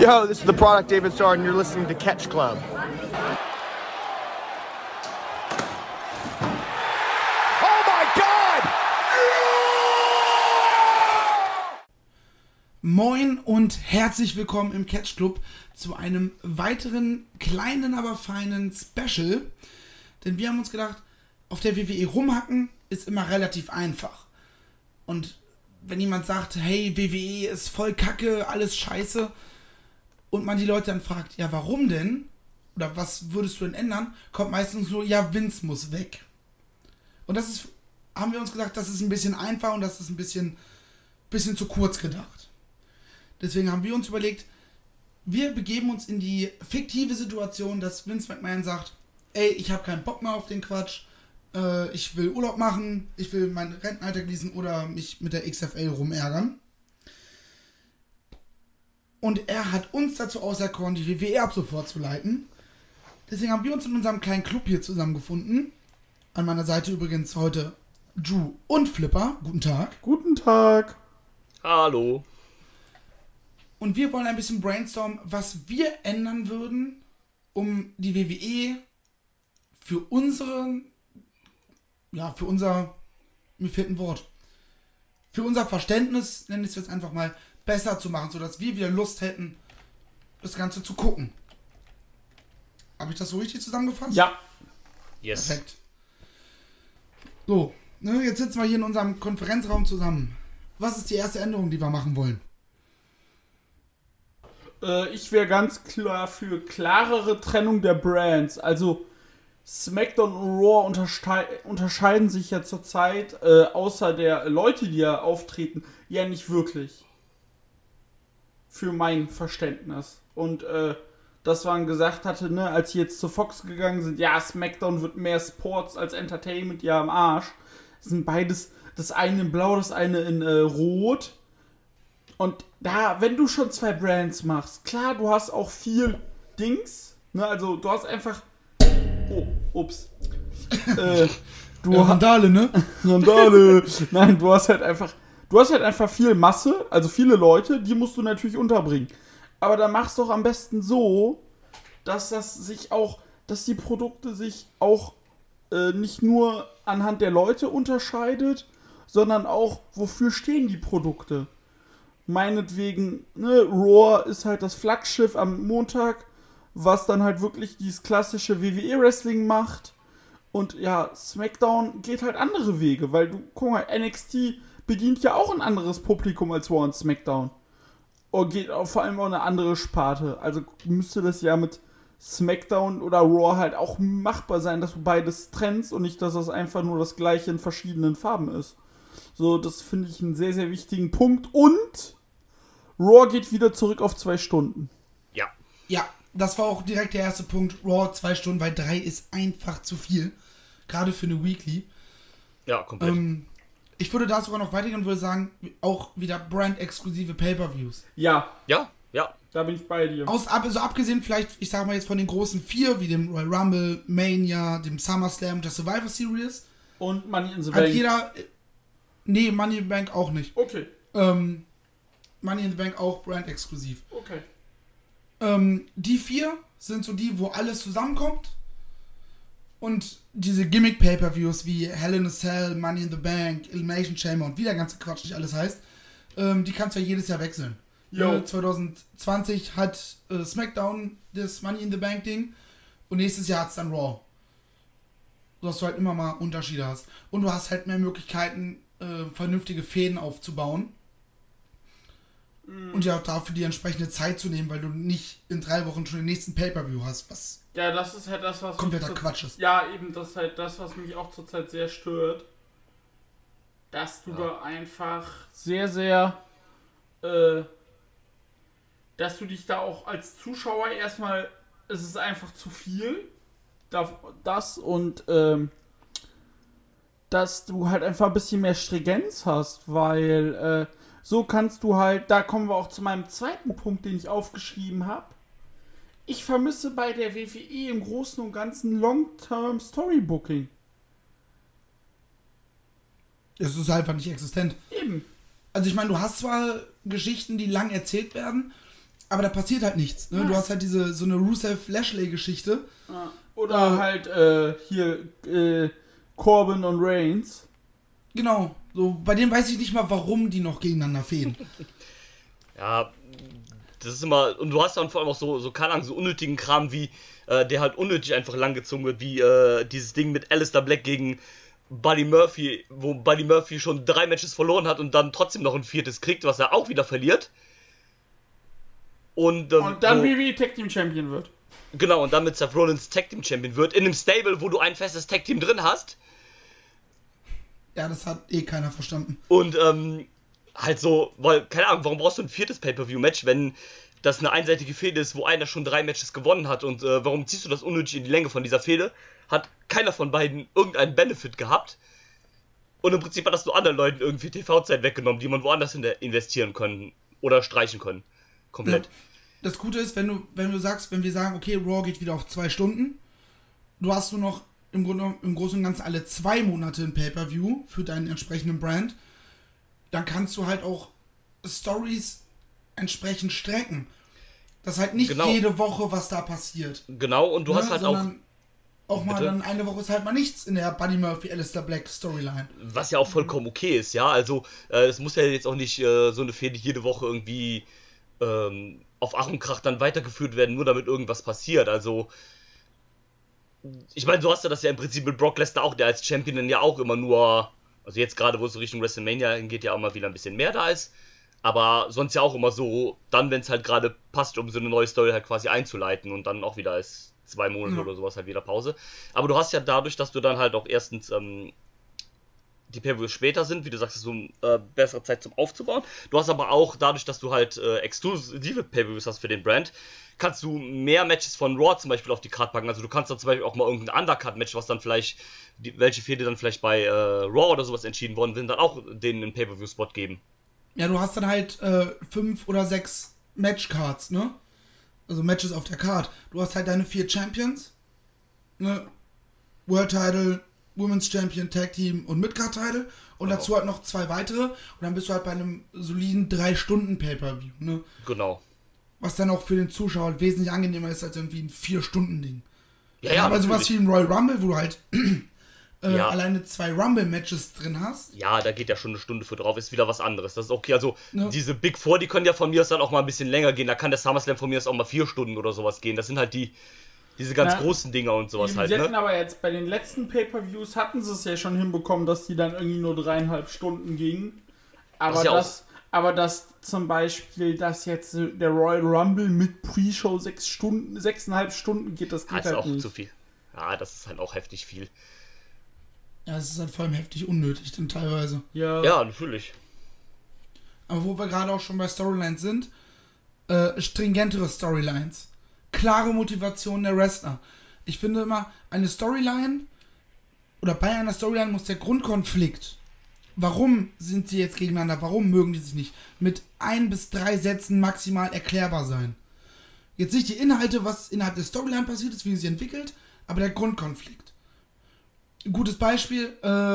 Yo, this is the Product David Starr, and you're listening to Catch Club. Oh my God! Moin und herzlich willkommen im Catch Club zu einem weiteren kleinen, aber feinen Special. Denn wir haben uns gedacht, auf der WWE rumhacken ist immer relativ einfach. Und wenn jemand sagt, hey, WWE ist voll kacke, alles scheiße, und man die Leute dann fragt, ja, warum denn? Oder was würdest du denn ändern? Kommt meistens nur, ja, Vince muss weg. Und das ist, haben wir uns gesagt, das ist ein bisschen einfach und das ist ein bisschen zu kurz gedacht. Deswegen haben wir uns überlegt, wir begeben uns in die fiktive Situation, dass Vince McMahon sagt, ey, ich habe keinen Bock mehr auf den Quatsch, ich will Urlaub machen, ich will mein Rentenalter genießen oder mich mit der XFL rumärgern. Und er hat uns dazu auserkoren, die WWE ab sofort zu leiten. Deswegen haben wir uns in unserem kleinen Club hier zusammengefunden. An meiner Seite übrigens heute Drew und Flipper. Guten Tag. Guten Tag. Hallo. Und wir wollen ein bisschen brainstormen, was wir ändern würden, um die WWE für unser, mir fehlt ein Wort, für unser Verständnis, nenne ich es jetzt einfach mal, besser zu machen, sodass wir wieder Lust hätten, das Ganze zu gucken. Habe ich das so richtig zusammengefasst? Ja. Yes. Perfekt. So, jetzt sitzen wir hier in unserem Konferenzraum zusammen. Was ist die erste Änderung, die wir machen wollen? Ich wäre ganz klar für klarere Trennung der Brands. Also SmackDown und Raw unterscheiden sich ja zurzeit, außer der Leute, die ja auftreten, ja nicht wirklich. Für mein Verständnis. Und dass man gesagt hatte, ne, als sie jetzt zu Fox gegangen sind, ja, SmackDown wird mehr Sports als Entertainment, ja am Arsch. Das sind beides, das eine in Blau, das eine in Rot. Und da, wenn du schon zwei Brands machst, klar, du hast auch viel Dings, ne, also du hast einfach, Randale, ne? Randale. Nein, du hast halt einfach viel Masse, also viele Leute, die musst du natürlich unterbringen. Aber dann machst du doch am besten so, dass die Produkte sich auch nicht nur anhand der Leute unterscheidet, sondern auch, wofür stehen die Produkte. Meinetwegen, ne, Raw ist halt das Flaggschiff am Montag, was dann halt wirklich dieses klassische WWE-Wrestling macht. Und ja, SmackDown geht halt andere Wege, weil du, guck mal, NXT bedient ja auch ein anderes Publikum als Raw und SmackDown. Und geht auch vor allem auch eine andere Sparte. Also müsste das ja mit SmackDown oder Raw halt auch machbar sein, dass du beides trennst und nicht, dass das einfach nur das gleiche in verschiedenen Farben ist. So, das finde ich einen sehr, sehr wichtigen Punkt. Und Raw geht wieder zurück auf 2 Stunden. Ja. Ja, das war auch direkt der erste Punkt. Raw 2 Stunden, weil 3 ist einfach zu viel. Gerade für eine Weekly. Ja, komplett. Ich würde da sogar noch weitergehen und würde sagen, auch wieder brand-exklusive Pay-Per-Views. Ja. Ja. Da bin ich bei dir. Also abgesehen vielleicht, ich sag mal jetzt von den großen 4, wie dem Royal Rumble, Mania, dem SummerSlam und der Survivor Series. Und Money in the Hat Bank. jeder... Nee, Money in the Bank auch nicht. Okay. Money in the Bank auch brand-exklusiv. Okay. Die 4 sind so die, wo alles zusammenkommt. Und diese Gimmick-Pay-Per-Views wie Hell in a Cell, Money in the Bank, Elimination Chamber und wie der ganze Quatsch nicht alles heißt, die kannst du ja jedes Jahr wechseln. 2020 hat SmackDown das Money in the Bank Ding und nächstes Jahr hat es dann Raw. Sodass du halt immer mal Unterschiede hast. Und du hast halt mehr Möglichkeiten, vernünftige Fäden aufzubauen. Und ja auch dafür die entsprechende Zeit zu nehmen, weil du nicht in 3 Wochen schon den nächsten Pay-Per-View hast, was Ja, das ist halt das, was kompletter Quatsch ist. Ja, eben, das ist halt das, was mich auch zurzeit sehr stört. Dass du da einfach sehr, sehr, dass du dich da auch als Zuschauer erstmal, es ist einfach zu viel, das und, dass du halt einfach ein bisschen mehr Stringenz hast, weil, so kannst du halt, da kommen wir auch zu meinem zweiten Punkt, den ich aufgeschrieben habe. Ich vermisse bei der WWE im Großen und Ganzen Long-Term Storybooking. Es ist einfach nicht existent. Eben. Also ich meine, du hast zwar Geschichten, die lang erzählt werden, aber da passiert halt nichts. Ne? Du hast halt so eine Rusev-Lashley-Geschichte. Oder halt Corbin und Reigns. Genau. So, bei denen weiß ich nicht mal, warum die noch gegeneinander fehlen. Ja, das ist immer, und du hast dann vor allem auch so keine Ahnung, so unnötigen Kram wie, der halt unnötig einfach langgezogen wird, wie dieses Ding mit Aleister Black gegen Buddy Murphy, wo Buddy Murphy schon 3 Matches verloren hat und dann trotzdem noch ein 4. kriegt, was er auch wieder verliert. Und dann WWE Tag Team Champion wird. Genau, und dann mit Seth Rollins Tag Team Champion wird, in einem Stable, wo du ein festes Tag Team drin hast. Ja, das hat keiner verstanden. Und halt so, weil, keine Ahnung, warum brauchst du ein 4. Pay-Per-View-Match, wenn das eine einseitige Fehde ist, wo einer schon 3 Matches gewonnen hat, und warum ziehst du das unnötig in die Länge von dieser Fehde? Hat keiner von beiden irgendeinen Benefit gehabt. Und im Prinzip hat das nur anderen Leuten irgendwie TV-Zeit weggenommen, die man woanders investieren können oder streichen können. Komplett. Ja. Das Gute ist, wenn wir sagen, okay, Raw geht wieder auf 2 Stunden, du hast nur noch im Großen und Ganzen alle 2 Monate ein Pay-Per-View für deinen entsprechenden Brand, dann kannst du halt auch Stories entsprechend strecken. Das ist halt nicht jede Woche, was da passiert. Genau, und du hast halt auch mal dann eine Woche ist halt mal nichts in der Buddy Murphy, Aleister Black Storyline. Was ja auch vollkommen okay ist, ja. Also, es muss ja jetzt auch nicht so eine Fehde jede Woche irgendwie auf Ach und Krach dann weitergeführt werden, nur damit irgendwas passiert. Also, ich meine, du hast ja das ja im Prinzip mit Brock Lesnar auch, der als Champion dann ja auch immer nur, also jetzt gerade, wo es so Richtung WrestleMania hingeht, ja auch mal wieder ein bisschen mehr da ist. Aber sonst ja auch immer so, dann, wenn es halt gerade passt, um so eine neue Story halt quasi einzuleiten, und dann auch wieder ist 2 Monate oder sowas halt wieder Pause. Aber du hast ja dadurch, dass du dann halt auch erstens die Pay-Per-Views später sind, wie du sagst, so bessere Zeit zum Aufzubauen. Du hast aber auch dadurch, dass du halt exklusive Pay-Per-Views hast für den Brand, kannst du mehr Matches von Raw zum Beispiel auf die Card packen. Also du kannst dann zum Beispiel auch mal irgendein Undercard-Match, was dann vielleicht, welche Fehde dann vielleicht bei Raw oder sowas entschieden worden sind, dann auch denen einen Pay-Per-View-Spot geben. Ja, du hast dann halt 5 oder 6 Matchcards, ne? Also Matches auf der Card. Du hast halt deine 4 Champions, ne? World Title, Women's Champion, Tag Team und Midcard Title. Und dazu halt noch 2 weitere. Und dann bist du halt bei einem soliden 3 Stunden Pay-Per-View, ne? Genau. Was dann auch für den Zuschauer wesentlich angenehmer ist als irgendwie ein 4-Stunden-Ding. Ja, aber natürlich. sowas wie ein Royal Rumble, wo du halt alleine 2 Rumble-Matches drin hast. Ja, da geht ja schon eine Stunde für drauf, ist wieder was anderes. Das ist okay, also diese Big Four, die können ja von mir aus dann auch mal ein bisschen länger gehen. Da kann der SummerSlam von mir aus auch mal 4 Stunden oder sowas gehen. Das sind halt diese ganz großen Dinger und sowas halt, Sie hatten ne? aber jetzt bei den letzten Pay-Per-Views hatten sie es ja schon hinbekommen, dass die dann irgendwie nur 3,5 Stunden gingen. Aber das zum Beispiel, dass jetzt der Royal Rumble mit Pre-Show 6,5 Stunden geht, das geht Das halt ist auch nicht. zu viel. Ja, das ist halt auch heftig viel. Ja, es ist halt vor allem heftig unnötig dann teilweise. Ja. Ja, natürlich. Aber wo wir gerade auch schon bei Storylines sind, stringentere Storylines. Klare Motivation der Wrestler. Ich finde immer, eine Storyline, oder bei einer Storyline muss der Grundkonflikt, warum sind sie jetzt gegeneinander, warum mögen die sich nicht, mit 1 bis 3 Sätzen maximal erklärbar sein. Jetzt nicht die Inhalte, was innerhalb der Storyline passiert ist, wie sie sich entwickelt, aber der Grundkonflikt. Ein gutes Beispiel,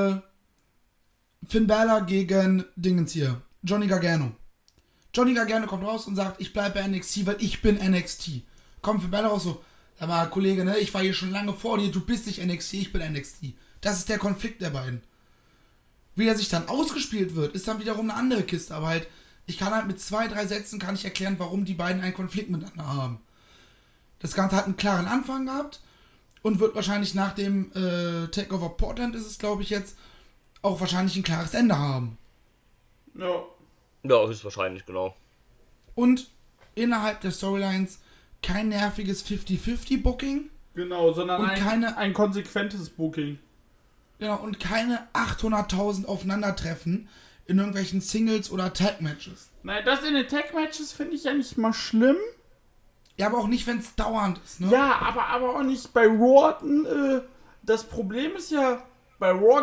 Finn Balor gegen Dingens hier, Johnny Gargano. Johnny Gargano kommt raus und sagt, ich bleibe bei NXT, weil ich bin NXT. Kommt Finn Balor raus so, sag mal, Kollege, ne, ich war hier schon lange vor dir, du bist nicht NXT, ich bin NXT. Das ist der Konflikt der beiden. Wie der sich dann ausgespielt wird, ist dann wiederum eine andere Kiste, aber halt, ich kann halt mit 2, 3 Sätzen kann ich erklären, warum die beiden einen Konflikt miteinander haben. Das Ganze hat einen klaren Anfang gehabt und wird wahrscheinlich nach dem Takeover Portland, ist es glaube ich jetzt, auch wahrscheinlich ein klares Ende haben. Ja. Ja, höchstwahrscheinlich, genau. Und innerhalb der Storylines kein nerviges 50-50-Booking. Genau, sondern Und ein konsequentes Booking. Genau, und keine 800.000 Aufeinandertreffen in irgendwelchen Singles- oder Tag-Matches. Nein, das in den Tag-Matches finde ich ja nicht mal schlimm. Ja, aber auch nicht, wenn es dauernd ist, ne? Ja, aber auch nicht bei Raw. Das Problem ist ja, bei Raw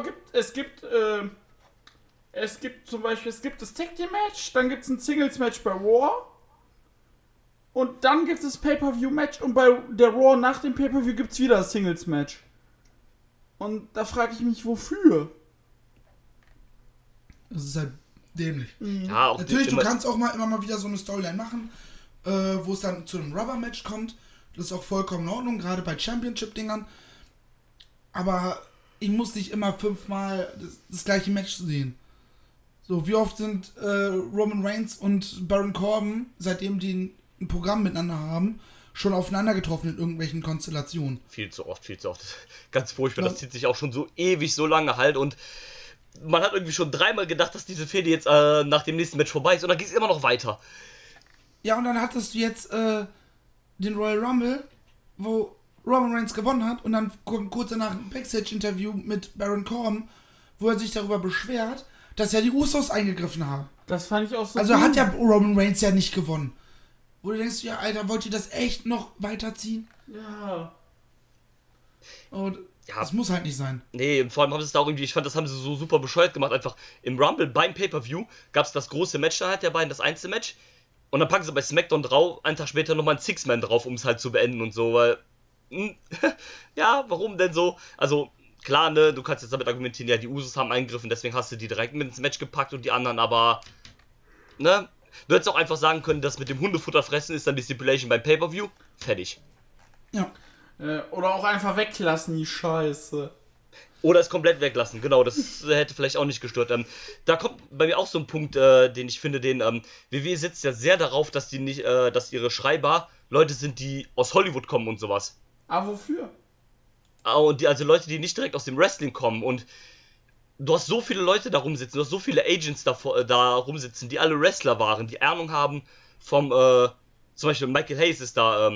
es gibt zum Beispiel, das Tag Team Match, dann gibt es ein Singles Match bei Raw und dann gibt es das Pay-Per-View Match und bei der Raw nach dem Pay-Per-View gibt es wieder das Singles Match. Und da frage ich mich, wofür? Das ist halt dämlich. Ja, auch Natürlich, du kannst auch immer mal wieder so eine Storyline machen, wo es dann zu einem Rubber-Match kommt. Das ist auch vollkommen in Ordnung, gerade bei Championship-Dingern. Aber ich muss nicht immer 5-mal das gleiche Match sehen. So, wie oft sind Roman Reigns und Baron Corbin, seitdem die ein Programm miteinander haben, schon aufeinander getroffen in irgendwelchen Konstellationen? Viel zu oft. Ganz furchtbar, das zieht sich auch schon so ewig, so lange halt und man hat irgendwie schon 3-mal gedacht, dass diese Fehde jetzt nach dem nächsten Match vorbei ist und dann geht es immer noch weiter. Ja, und dann hattest du jetzt den Royal Rumble, wo Roman Reigns gewonnen hat und dann kommt kurz danach ein Backstage-Interview mit Baron Corbin, wo er sich darüber beschwert, dass ja die Usos eingegriffen haben. Das fand ich auch so. Also hat ja Roman Reigns ja nicht gewonnen. Wo du denkst, ja, Alter, wollt ihr das echt noch weiterziehen? Ja. Und Ja. das muss halt nicht sein. Nee, vor allem haben sie es da auch irgendwie, ich fand, das haben sie so super bescheuert gemacht. Einfach im Rumble beim Pay-Per-View gab es das große Match dann halt der beiden, das Einzelmatch. Und dann packen sie bei SmackDown drauf, einen Tag später nochmal ein Six-Man drauf, um es halt zu beenden und so, weil. Ja, warum denn so? Also, klar, ne, du kannst jetzt damit argumentieren, ja, die Usos haben eingegriffen, deswegen hast du die direkt mit ins Match gepackt und die anderen, aber. Ne? Du hättest auch einfach sagen können, das mit dem Hundefutter fressen ist dann die Stipulation beim Pay-Per-View. Fertig. Ja. Oder auch einfach weglassen, die Scheiße. Oder es komplett weglassen, genau, das hätte vielleicht auch nicht gestört. Da kommt bei mir auch so ein Punkt, den ich finde, WWE setzt ja sehr darauf, dass die nicht, dass ihre Schreiber Leute sind, die aus Hollywood kommen und sowas. Aber wofür? Und also Leute, die nicht direkt aus dem Wrestling kommen und du hast so viele Leute da rumsitzen, du hast so viele Agents da rumsitzen, die alle Wrestler waren, die Ahnung haben vom, zum Beispiel Michael Hayes ist da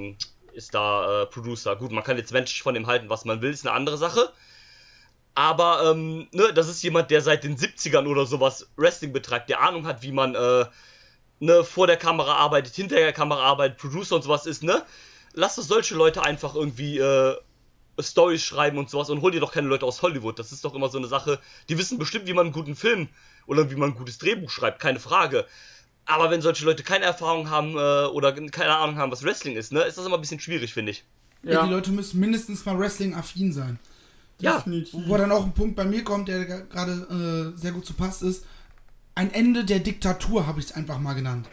Producer. Gut, man kann jetzt menschlich von dem halten, was man will, ist eine andere Sache. Aber, ne, das ist jemand, der seit den 70ern oder sowas Wrestling betreibt, der Ahnung hat, wie man, ne, vor der Kamera arbeitet, hinter der Kamera arbeitet, Producer und sowas ist, ne? Lass doch solche Leute einfach irgendwie, Storys schreiben und sowas und hol dir doch keine Leute aus Hollywood. Das ist doch immer so eine Sache, die wissen bestimmt, wie man einen guten Film oder wie man ein gutes Drehbuch schreibt, keine Frage. Aber wenn solche Leute keine Erfahrung haben, oder keine Ahnung haben, was Wrestling ist, ne, ist das immer ein bisschen schwierig, finde ich. Ja. Die Leute müssen mindestens mal Wrestling-affin sein. Ja. Wo dann auch ein Punkt bei mir kommt, der gerade sehr gut zu passt ist. Ein Ende der Diktatur habe ich es einfach mal genannt.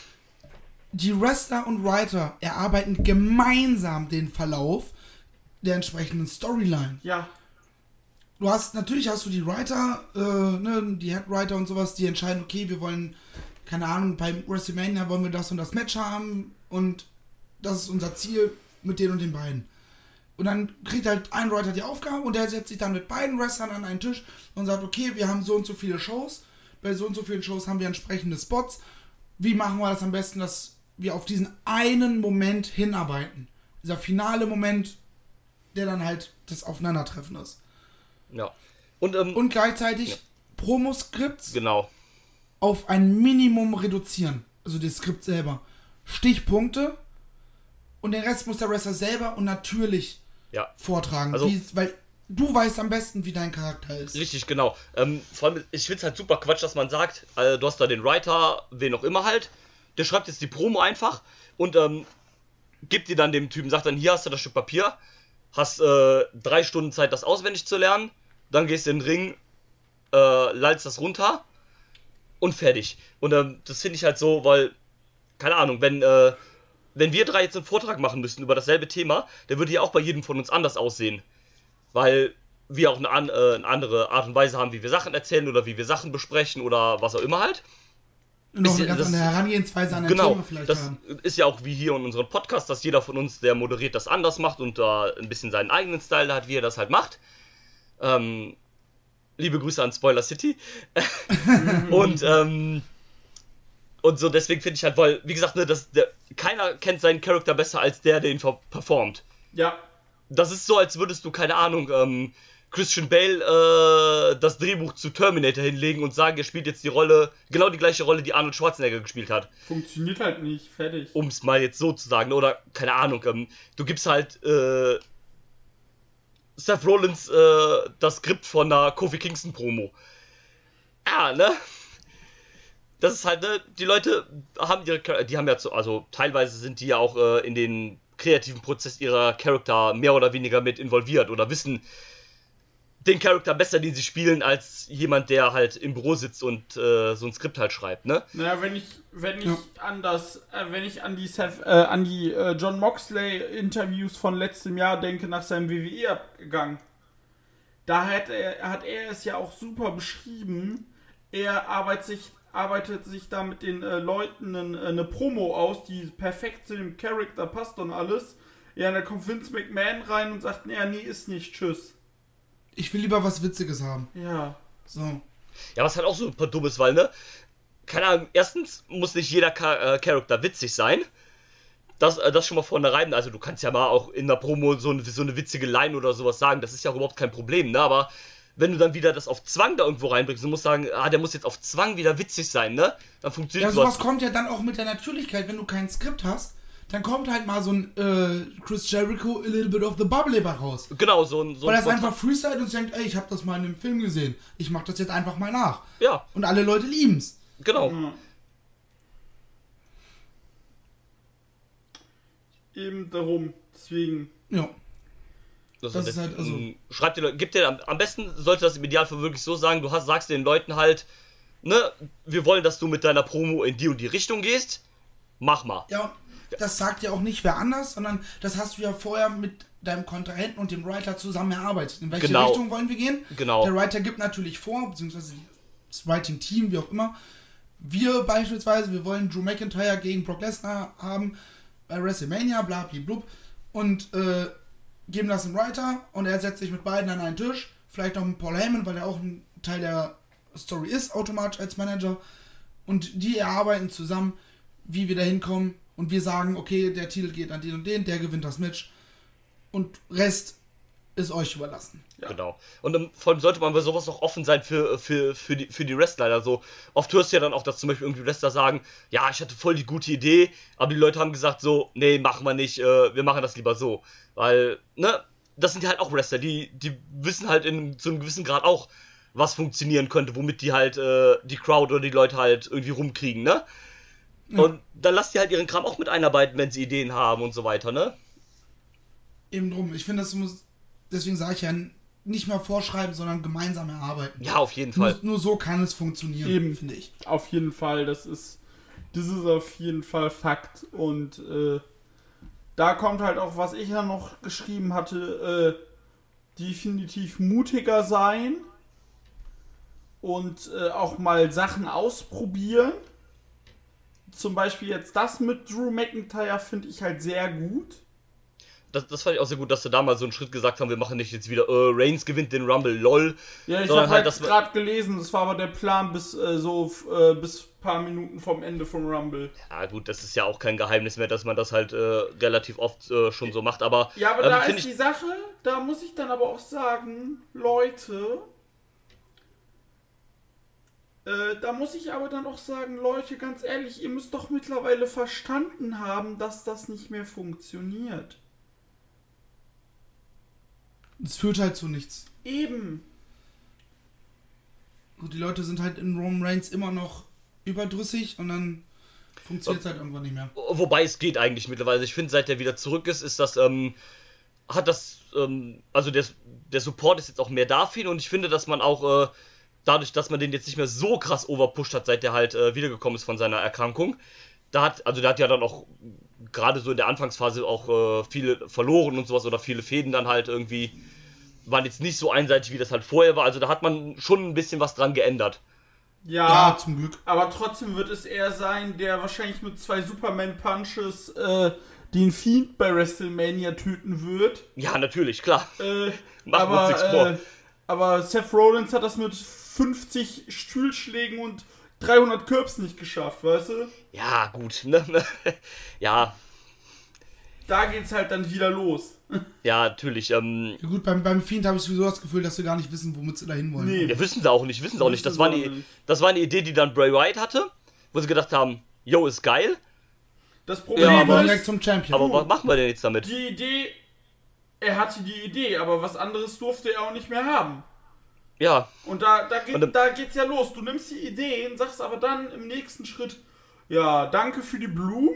Die Wrestler und Writer erarbeiten gemeinsam den Verlauf der entsprechenden Storyline. Ja. Natürlich hast du die Writer, ne, die Headwriter und sowas, die entscheiden, okay, wir wollen, keine Ahnung, beim WrestleMania wollen wir das und das Match haben und das ist unser Ziel mit den und den beiden. Und dann kriegt halt ein Writer die Aufgabe und der setzt sich dann mit beiden Wrestlern an einen Tisch und sagt, okay, wir haben so und so viele Shows, bei so und so vielen Shows haben wir entsprechende Spots. Wie machen wir das am besten, dass wir auf diesen einen Moment hinarbeiten? Dieser finale Moment, der dann halt das Aufeinandertreffen ist. Ja. Und gleichzeitig Promo-Skripts genau. auf ein Minimum reduzieren. Also das Skript selber. Stichpunkte und den Rest muss der Wrestler selber und natürlich vortragen. Also, weil du weißt am besten, wie dein Charakter ist. Richtig, genau. Vor allem, ich finde es halt super Quatsch, dass man sagt, du hast da den Writer, wen auch immer halt, der schreibt jetzt die Promo einfach und gibt dir dann dem Typen, sagt dann, hier hast du das Stück Papier, hast 3 Stunden Zeit, das auswendig zu lernen, dann gehst du in den Ring, lallst das runter und fertig. Und das finde ich halt so, weil, keine Ahnung, wenn wir 3 jetzt einen Vortrag machen müssten über dasselbe Thema, der würde ja auch bei jedem von uns anders aussehen. Weil wir auch eine andere Art und Weise haben, wie wir Sachen erzählen oder wie wir Sachen besprechen oder was auch immer halt. Noch eine ganz andere Herangehensweise an ein Thema vielleicht haben. Das ist ja auch wie hier in unserem Podcast, dass jeder von uns, der moderiert, das anders macht und da ein bisschen seinen eigenen Style hat, wie er das halt macht. Liebe Grüße an Spoiler City. Und so, deswegen finde ich halt, weil, wie gesagt, ne, keiner kennt seinen Charakter besser als der ihn performt. Ja. Das ist so, als würdest du, keine Ahnung, Christian Bale das Drehbuch zu Terminator hinlegen und sagen, er spielt jetzt die Rolle, genau die gleiche Rolle, die Arnold Schwarzenegger gespielt hat. Funktioniert halt nicht, fertig. Um es mal jetzt so zu sagen, oder, keine Ahnung, du gibst halt Seth Rollins das Skript von einer Kofi Kingston Promo. Ja, ne? Das ist halt, ne, die Leute haben die haben ja, also teilweise sind die ja auch in den kreativen Prozess ihrer Charakter mehr oder weniger mit involviert oder wissen den Charakter besser, den sie spielen, als jemand, der halt im Büro sitzt und so ein Skript halt schreibt, ne? Naja, wenn ich an die John Moxley Interviews von letztem Jahr denke, nach seinem WWE-Abgang, da hat er es ja auch super beschrieben. Er arbeitet sich da mit den Leuten eine Promo aus, die perfekt zu dem Charakter passt und alles. Ja, und da kommt Vince McMahon rein und sagt, nee, ist nicht, tschüss. Ich will lieber was Witziges haben. Ja. So. Ja, was halt auch super dumm ist, weil, ne? Keine Ahnung, erstens muss nicht jeder Charakter witzig sein. Das schon mal vornherein. Also du kannst ja mal auch in der Promo so eine witzige Line oder sowas sagen. Das ist ja auch überhaupt kein Problem, ne? Aber wenn du dann wieder das auf Zwang da irgendwo reinbringst und musst sagen, der muss jetzt auf Zwang wieder witzig sein, ne? Dann funktioniert Ja, sowas kommt ja dann auch mit der Natürlichkeit, wenn du kein Skript hast. Dann kommt halt mal so ein Chris Jericho, a little bit of the bubble raus. Genau, so ein Weil er es einfach freestyle und denkt, ey, ich hab das mal in einem Film gesehen. Ich mach das jetzt einfach mal nach. Ja. Und alle Leute lieben's. Genau. Ja. Eben darum, deswegen. Ja. Das ist halt, also. Gib dir am besten, sollte das im Idealfall wirklich so sagen, sagst den Leuten halt, ne, wir wollen, dass du mit deiner Promo in die und die Richtung gehst. Mach mal. Ja, das sagt ja auch nicht wer anders, sondern das hast du ja vorher mit deinem Kontrahenten und dem Writer zusammen erarbeitet. In welche Richtung wollen wir gehen? Genau. Der Writer gibt natürlich vor, beziehungsweise das Writing-Team, wie auch immer. Wir beispielsweise, wir wollen Drew McIntyre gegen Brock Lesnar haben bei WrestleMania, bla bla blub, und geben das dem Writer und er setzt sich mit beiden an einen Tisch, vielleicht noch mit Paul Heyman, weil er auch ein Teil der Story ist, automatisch als Manager, und die erarbeiten zusammen, wie wir da hinkommen, und wir sagen, okay, der Titel geht an den und den, der gewinnt das Match und Rest ist euch überlassen. Ja. Genau. Und vor allem sollte man bei sowas auch offen sein für die Wrestler. Also oft hörst du ja dann auch, dass zum Beispiel irgendwie Wrestler sagen, ja, ich hatte voll die gute Idee, aber die Leute haben gesagt so, nee, machen wir nicht, wir machen das lieber so. Weil, ne, das sind ja halt auch Wrestler, die wissen halt zu einem gewissen Grad auch, was funktionieren könnte, womit die halt die Crowd oder die Leute halt irgendwie rumkriegen, ne? Ja. Und dann lasst die halt ihren Kram auch mit einarbeiten, wenn sie Ideen haben und so weiter, ne? Eben drum. Ich finde, deswegen sage ich ja, nicht mehr vorschreiben, sondern gemeinsam erarbeiten. Ja, auf jeden Fall. Nur so kann es funktionieren, eben, finde ich. Auf jeden Fall, das ist auf jeden Fall Fakt. Und da kommt halt auch, was ich ja noch geschrieben hatte, definitiv mutiger sein und auch mal Sachen ausprobieren. Zum Beispiel jetzt das mit Drew McIntyre finde ich halt sehr gut. Das fand ich auch sehr gut, dass sie da mal so einen Schritt gesagt haben, wir machen nicht jetzt wieder Reigns gewinnt den Rumble, lol. Ja, ich habe halt gerade gelesen, das war aber der Plan bis paar Minuten vom Ende vom Rumble. Ja gut, das ist ja auch kein Geheimnis mehr, dass man das halt relativ oft schon so macht, aber... Ja, aber da ist die Sache, da muss ich dann aber auch sagen, Leute, ganz ehrlich, ihr müsst doch mittlerweile verstanden haben, dass das nicht mehr funktioniert. Es führt halt zu nichts. Eben. Gut, die Leute sind halt in Roman Reigns immer noch überdrüssig und dann funktioniert es halt irgendwann nicht mehr. Wobei es geht eigentlich mittlerweile. Ich finde, seit der wieder zurück ist das, also der Support ist jetzt auch mehr da für ihn und ich finde, dass man auch dadurch, dass man den jetzt nicht mehr so krass overpusht hat, seit der halt wiedergekommen ist von seiner Erkrankung, der hat ja dann auch gerade so in der Anfangsphase auch viele verloren und sowas oder viele Fäden dann halt irgendwie waren jetzt nicht so einseitig, wie das halt vorher war. Also da hat man schon ein bisschen was dran geändert. Ja, zum Glück. Aber trotzdem wird es er sein, der wahrscheinlich mit 2 Superman-Punches den Fiend bei WrestleMania töten wird. Ja, natürlich, klar. Machen wir uns nichts vor. Aber Seth Rollins hat das mit 50 Stühlschlägen und 300 Curbs nicht geschafft, weißt du? Ja, gut. Ne? Ja. Da geht's halt dann wieder los. Ja, natürlich. Ja gut, beim Fiend habe ich sowieso das Gefühl, dass sie gar nicht wissen, womit sie da hinwollen. Nee. Ja, wissen sie auch nicht. Das war eine Idee, die dann Bray Wyatt hatte, wo sie gedacht haben, yo, ist geil. Das Problem aber ist, direkt zum Champion. Aber was machen wir denn jetzt damit? Die Idee, er hatte die Idee, aber was anderes durfte er auch nicht mehr haben. Ja. Und da geht's ja los. Du nimmst die Ideen, sagst aber dann im nächsten Schritt, ja, danke für die Blumen.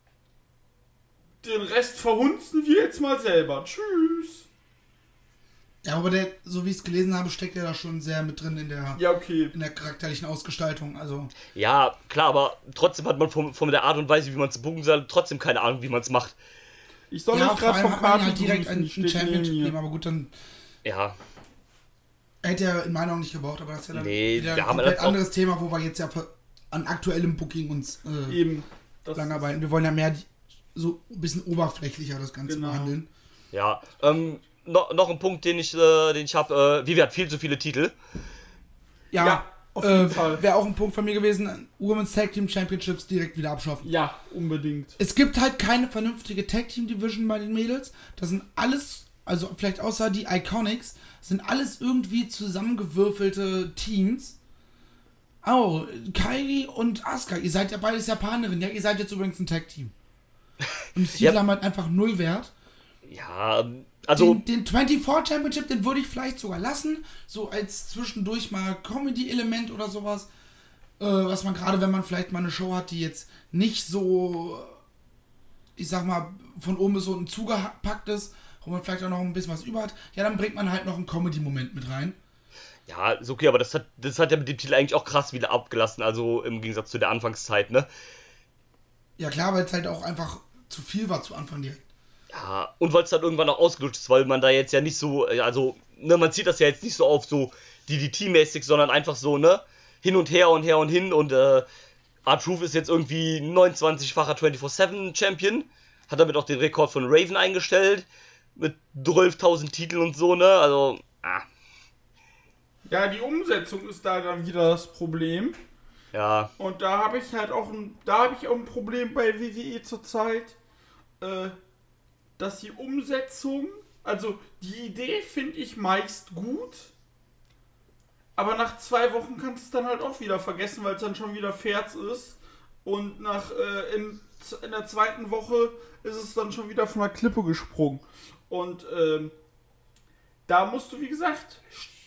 Den Rest verhunzen wir jetzt mal selber. Tschüss. Ja, aber so wie ich es gelesen habe, steckt er da schon sehr mit drin in der, Ja, okay. in der charakterlichen Ausgestaltung. Also, Ja, klar, aber trotzdem hat man von der Art und Weise, wie man es buchen soll, trotzdem keine Ahnung, wie man es macht. Ich soll ja, mich vor gerade allem vom hat man Karte halt direkt grüßen, ein steht neben Championship mir. nehmen, aber gut, dann Ja, hätte er in meiner Meinung nicht gebraucht, aber das ist ja dann Nee, wieder wir ein haben komplett das auch- anderes Thema, wo wir jetzt ja an aktuellem Booking uns Eben. Das lang arbeiten. Wir wollen ja mehr so ein bisschen oberflächlicher das Ganze Genau. behandeln. ja. Noch ein Punkt, den ich habe, Vivi hat viel zu viele Titel. Ja, auf jeden Fall. Wäre auch ein Punkt von mir gewesen, Women's Tag Team Championships direkt wieder abschaffen. Ja, unbedingt. Es gibt halt keine vernünftige Tag Team Division bei den Mädels. Das sind alles, also vielleicht außer die Iconics, sind alles irgendwie zusammengewürfelte Teams. Oh, Kairi und Asuka, ihr seid ja beides Japanerinnen. Ja, ihr seid jetzt übrigens ein Tag Team. Und die Titel Ja. haben halt einfach null Wert. Ja, also, Den 24 Championship, den würde ich vielleicht sogar lassen. So als zwischendurch mal Comedy-Element oder sowas. Was man gerade, wenn man vielleicht mal eine Show hat, die jetzt nicht so, ich sag mal, von oben bis unten zugepackt ist, wo man vielleicht auch noch ein bisschen was über hat, ja, dann bringt man halt noch einen Comedy-Moment mit rein. ja, ist okay, aber das hat ja mit dem Titel eigentlich auch krass wieder abgelassen, also im Gegensatz zu der Anfangszeit, ne? Ja klar, weil es halt auch einfach zu viel war zu Anfang direkt. Ja, und weil es dann irgendwann auch ausgelutscht ist, weil man da jetzt ja nicht so, also, ne, man zieht das ja jetzt nicht so auf, so DDT-mäßig, sondern einfach so, ne, hin und her und hin und, R-Truth ist jetzt irgendwie 29-facher 24/7-Champion, hat damit auch den Rekord von Raven eingestellt, mit 12.000 Titeln und so, ne, also, Ja, die Umsetzung ist da dann wieder das Problem. ja, Und da habe ich halt auch ein Problem bei WWE zurzeit, dass die Umsetzung, also die Idee finde ich meist gut, aber nach 2 Wochen kannst du es dann halt auch wieder vergessen, weil es dann schon wieder Ferz ist und in der zweiten Woche ist es dann schon wieder von der Klippe gesprungen. Und da musst du, wie gesagt,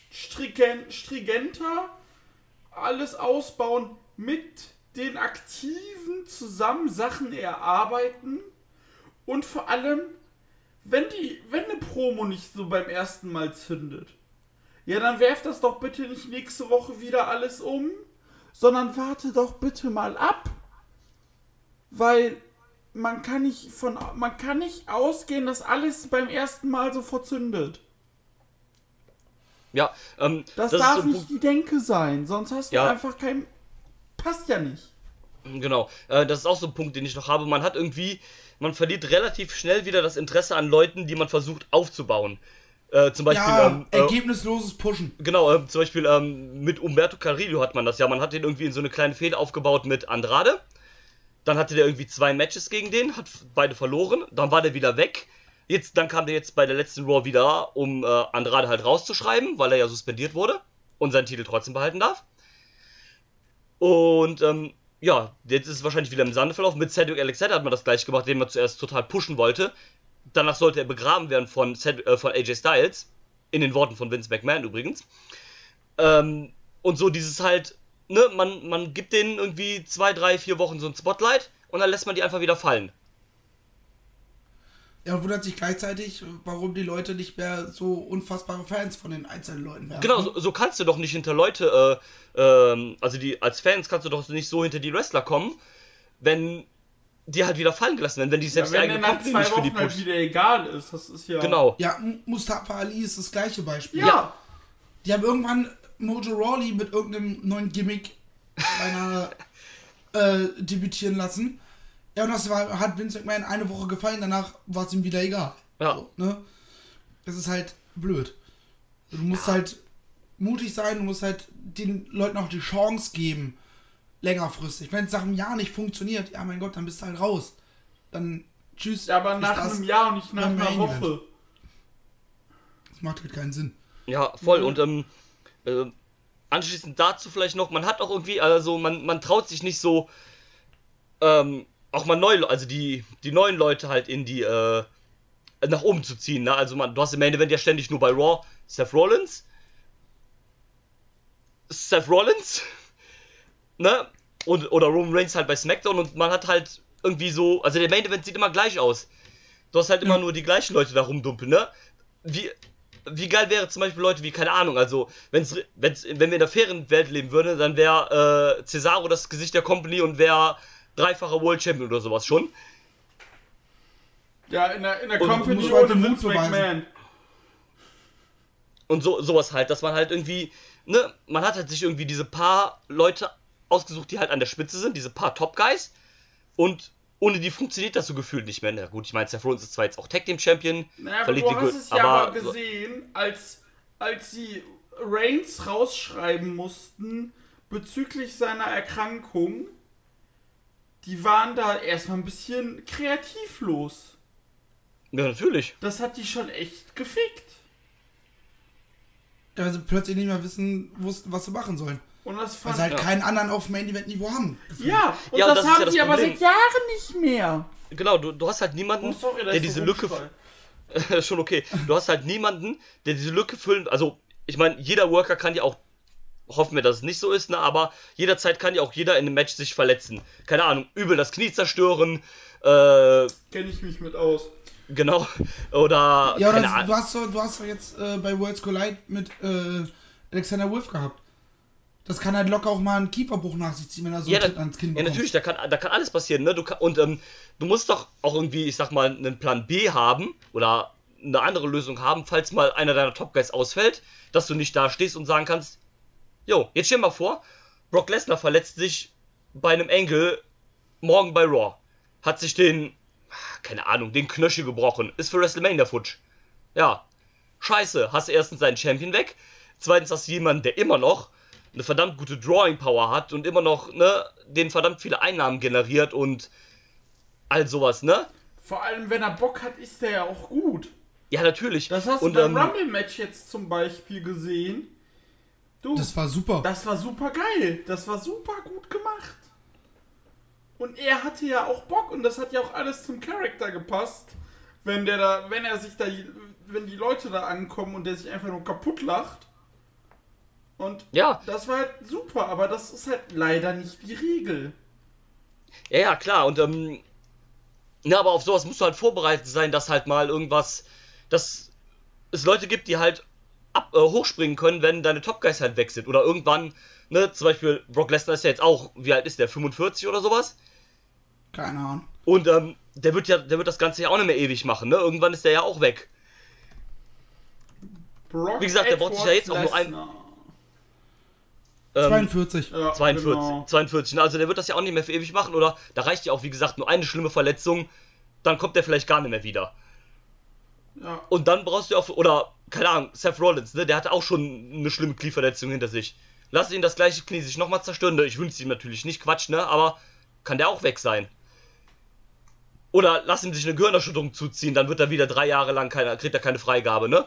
stringenter alles ausbauen, mit den Aktiven zusammen Sachen erarbeiten und vor allem, wenn eine Promo nicht so beim ersten Mal zündet, ja, dann werft das doch bitte nicht nächste Woche wieder alles um, sondern warte doch bitte mal ab. Weil man kann nicht ausgehen, dass alles beim ersten Mal sofort zündet. ja, Das ist darf so ein nicht Punkt- die Denke sein, sonst hast du Ja. einfach kein... Passt ja nicht. Genau, das ist auch so ein Punkt, den ich noch habe. Man verliert relativ schnell wieder das Interesse an Leuten, die man versucht aufzubauen. Zum Beispiel, Ja, ergebnisloses Pushen. genau, zum Beispiel mit Humberto Carrillo hat man das ja. Man hat den irgendwie in so eine kleine Fehde aufgebaut mit Andrade. Dann hatte der irgendwie 2 Matches gegen den, hat beide verloren. Dann war der wieder weg. Dann kam der jetzt bei der letzten Raw wieder, um Andrade halt rauszuschreiben, weil er ja suspendiert wurde und seinen Titel trotzdem behalten darf. Und ja, jetzt ist es wahrscheinlich wieder im Sande verlaufen. Mit Cedric Alexander hat man das gleich gemacht, den man zuerst total pushen wollte. Danach sollte er begraben werden von AJ Styles. In den Worten von Vince McMahon übrigens. Und so dieses halt, ne, man gibt denen irgendwie 2, 3, 4 Wochen so ein Spotlight und dann lässt man die einfach wieder fallen. Ja, und wundert sich gleichzeitig, warum die Leute nicht mehr so unfassbare Fans von den einzelnen Leuten werden. Genau, so kannst du doch nicht hinter Leute, also als Fans kannst du doch nicht so hinter die Wrestler kommen, wenn die halt wieder fallen gelassen werden, wenn die selbst Ja, die wenn eigene der nach Company 2 nicht für die Wochen halt pusht. wieder egal ist, das ist ja... Genau. Ja, Mustafa Ali ist das gleiche Beispiel. Ja. Die haben irgendwann Mojo Rawley mit irgendeinem neuen Gimmick beinahe debütieren lassen. Ja, und hat Vince McMahon eine Woche gefallen, danach war es ihm wieder egal. Ja. So, ne? Das ist halt blöd. Du musst halt mutig sein, du musst halt den Leuten auch die Chance geben, längerfristig. Wenn es nach einem Jahr nicht funktioniert, ja mein Gott, dann bist du halt raus. Dann tschüss. Ja, aber viel nach Spaß einem Jahr und nicht nach beim einer Main Event. Woche. Das macht halt keinen Sinn. Ja, voll. Und anschließend dazu vielleicht noch, man hat auch irgendwie, also man traut sich nicht so, auch mal die neuen Leute halt in die, nach oben zu ziehen, ne? Also du hast im Main Event ja ständig nur bei Raw Seth Rollins, ne? Oder Roman Reigns halt bei SmackDown und man hat halt irgendwie so, also der Main Event sieht immer gleich aus. Du hast halt immer nur die gleichen Leute da rumdumpeln, ne? wie geil wäre zum Beispiel Leute wie, keine Ahnung, also, wenn wir in der fairen Welt leben würden, dann wäre Cesaro das Gesicht der Company und wäre dreifacher World Champion oder sowas schon. Ja, in der Und Company muss halt ohne den Vince Mut beweisen. McMahon. Und sowas halt, dass man halt irgendwie, ne, man hat halt sich irgendwie diese paar Leute ausgesucht, die halt an der Spitze sind, diese paar Top Guys, und ohne die funktioniert das so gefühlt nicht mehr. Na gut, ich meine, Seth Rollins ist zwar jetzt auch Tag Team Champion, Naja, aber verliert du die hast Gürtel, es ja aber gesehen, als sie Reigns rausschreiben mussten bezüglich seiner Erkrankung, die waren da erstmal ein bisschen kreativlos. Ja, natürlich. Das hat die schon echt gefickt. Ja, weil sie plötzlich nicht mehr wussten, was sie machen sollen. Und das Weil fand sie halt keinen anderen auf Main-Event-Niveau haben. Ja, und Ja, und das das ist ja haben das sie aber Problem. seit Jahren nicht mehr. Genau, du hast halt niemanden, Oh, sorry, der diese Lücke... schon okay. Du hast halt niemanden, der diese Lücke füllen... Also, ich meine, jeder Worker kann ja auch... Hoffen wir, dass es nicht so ist, ne? Aber jederzeit kann ja auch jeder in einem Match sich verletzen. Keine Ahnung, übel das Knie zerstören, Kenne ich mich mit aus. genau. Oder... Ja, keine oder Ahnung. du hast doch jetzt bei Worlds Collide mit Alexander Wolf gehabt. Das kann halt locker auch mal einen Kieferbruch nach sich ziehen, wenn er so einen Tritt ans Kinn Ja, bekommt. natürlich, da kann alles passieren, ne? Du musst doch auch irgendwie, ich sag mal, einen Plan B haben oder eine andere Lösung haben, falls mal einer deiner Top Guys ausfällt, dass du nicht da stehst und sagen kannst, jo, jetzt stell dir mal vor, Brock Lesnar verletzt sich bei einem Angle morgen bei Raw. Hat sich den Knöchel gebrochen. Ist für WrestleMania futsch. Ja, scheiße, hast du erstens seinen Champion weg, zweitens hast du jemanden, der immer noch eine verdammt gute Drawing Power hat und immer noch, ne, den verdammt viele Einnahmen generiert und all sowas, ne? Vor allem, wenn er Bock hat, ist der ja auch gut. Ja, natürlich. Das hast du und, beim Rumble-Match jetzt zum Beispiel gesehen. Du, Das war super. das war super geil. Das war super gut gemacht. Und er hatte ja auch Bock und das hat ja auch alles zum Charakter gepasst. Wenn die Leute da ankommen und der sich einfach nur kaputt lacht. Und ja, das war halt super, aber das ist halt leider nicht die Regel. ja, klar. Und, ja, aber auf sowas musst du halt vorbereitet sein, dass halt mal irgendwas, dass es Leute gibt, die halt hochspringen können, wenn deine Top Guys halt weg sind. Oder irgendwann, ne, zum Beispiel Brock Lesnar ist ja jetzt auch, wie alt ist der, 45 oder sowas? Keine Ahnung. Und der wird das Ganze ja auch nicht mehr ewig machen, ne? Irgendwann ist der ja auch weg. Brock Wie gesagt, der braucht sich ja jetzt auch nur ein- Lesnar. 42. Ja, 42, genau. 42. Also der wird das ja auch nicht mehr für ewig machen, oder da reicht ja auch, wie gesagt, nur eine schlimme Verletzung, dann kommt der vielleicht gar nicht mehr wieder. Ja. Und dann brauchst du auch, oder, keine Ahnung, Seth Rollins, ne, der hatte auch schon eine schlimme Knieverletzung hinter sich. Lass ihn das gleiche Knie sich nochmal zerstören, ich wünsche es ihm natürlich nicht, Quatsch, ne, aber kann der auch weg sein. Oder lass ihm sich eine Gehirnerschütterung zuziehen, dann wird er wieder 3 Jahre lang kriegt er keine Freigabe, ne?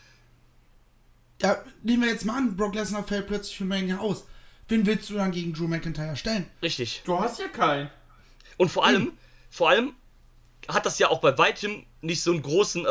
Ja, nehmen wir jetzt mal an, Brock Lesnar fällt plötzlich für Mania aus. Wen willst du dann gegen Drew McIntyre stellen? Richtig. Du hast ja keinen. Und vor allem hat das ja auch bei weitem nicht so einen großen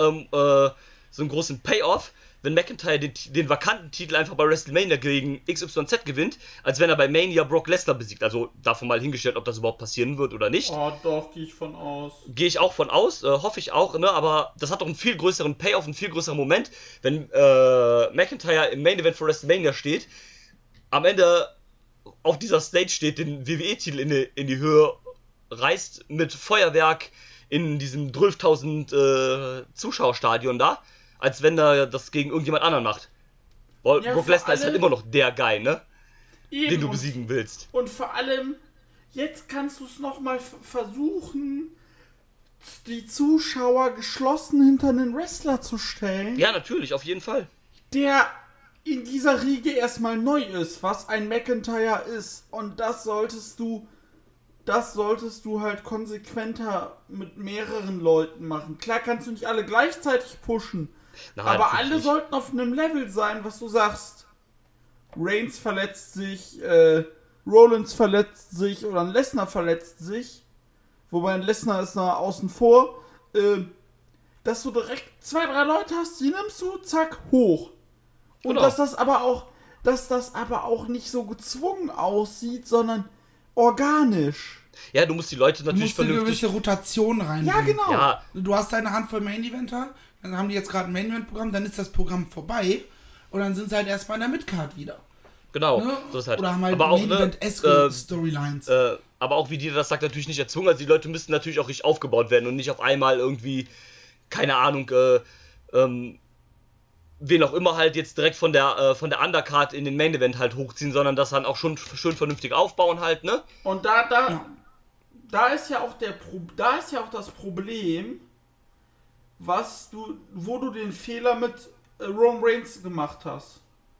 Payoff, wenn McIntyre den vakanten Titel einfach bei WrestleMania gegen XYZ gewinnt, als wenn er bei Mania Brock Lesnar besiegt. Also davon mal hingestellt, ob das überhaupt passieren wird oder nicht. Oh, doch, gehe ich von aus. Gehe ich auch von aus, hoffe ich auch, ne? Aber das hat doch einen viel größeren Payoff, einen viel größeren Moment, wenn McIntyre im Main Event für WrestleMania steht, am Ende auf dieser Stage steht, den WWE-Titel in die Höhe reißt mit Feuerwerk in diesem 12.000 Zuschauerstadion da, als wenn er das gegen irgendjemand anderen macht. Weil Ja, Brock vor Lesnar ist halt allem- immer noch der Guy, ne? Eben. Den du besiegen willst. Und vor allem, jetzt kannst du es nochmal versuchen, die Zuschauer geschlossen hinter einen Wrestler zu stellen, Ja, natürlich, auf jeden Fall. der in dieser Riege erstmal neu ist, was ein McIntyre ist. Und das solltest du halt konsequenter mit mehreren Leuten machen. Klar kannst du nicht alle gleichzeitig pushen, Nein, aber natürlich alle nicht. sollten auf einem Level sein, was du sagst. Reigns verletzt sich, Rollins verletzt sich oder ein Lesnar verletzt sich. Wobei ein Lesnar ist noch außen vor. Dass du direkt 2, 3 Leute hast, die nimmst du, zack, hoch. Und Genau. dass das aber auch nicht so gezwungen aussieht, sondern organisch. Ja, du musst die Leute Du natürlich musst eine vernünftig... gewisse Rotation reinbringen. Ja, genau. Ja, Du hast deine Handvoll Main-Eventer, dann haben die jetzt gerade ein Main-Event-Programm, dann ist das Programm vorbei und dann sind sie halt erstmal in der Mid-Card wieder. genau. Ne? So ist halt. Oder haben halt aber auch, Main-Event-esque-Storylines. aber auch wie dir das sagt, natürlich nicht erzwungen. Also die Leute müssen natürlich auch richtig aufgebaut werden und nicht auf einmal irgendwie, keine Ahnung, wen auch immer halt jetzt direkt von der Undercard in den Main Event halt hochziehen, sondern das dann auch schon schön vernünftig aufbauen halt, ne? Und da ist ja auch das Problem, wo du den Fehler mit Roman Reigns gemacht hast.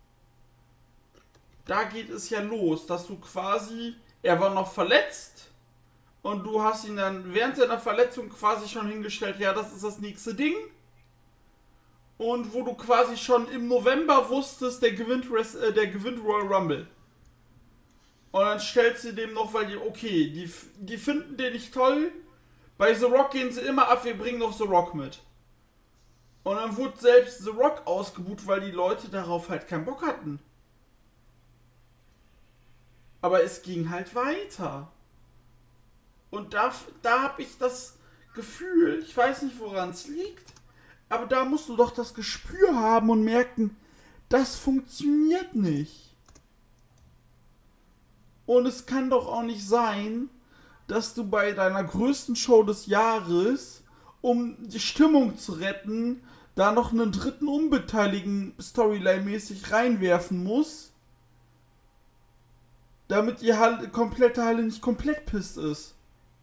Da geht es ja los, dass du quasi, er war noch verletzt und du hast ihn dann während seiner Verletzung quasi schon hingestellt, ja, das ist das nächste Ding. Und wo du quasi schon im November wusstest, der gewinnt Royal Rumble. Und dann stellst du dem noch, weil die finden den nicht toll. Bei The Rock gehen sie immer ab, wir bringen noch The Rock mit. Und dann wurde selbst The Rock ausgebuht, weil die Leute darauf halt keinen Bock hatten. Aber es ging halt weiter. Und da habe ich das Gefühl, ich weiß nicht, woran es liegt, aber da musst du doch das Gespür haben und merken, das funktioniert nicht. Und es kann doch auch nicht sein, dass du bei deiner größten Show des Jahres, um die Stimmung zu retten, da noch einen dritten Unbeteiligten Storyline-mäßig reinwerfen musst, damit die komplette Halle nicht komplett pisst ist.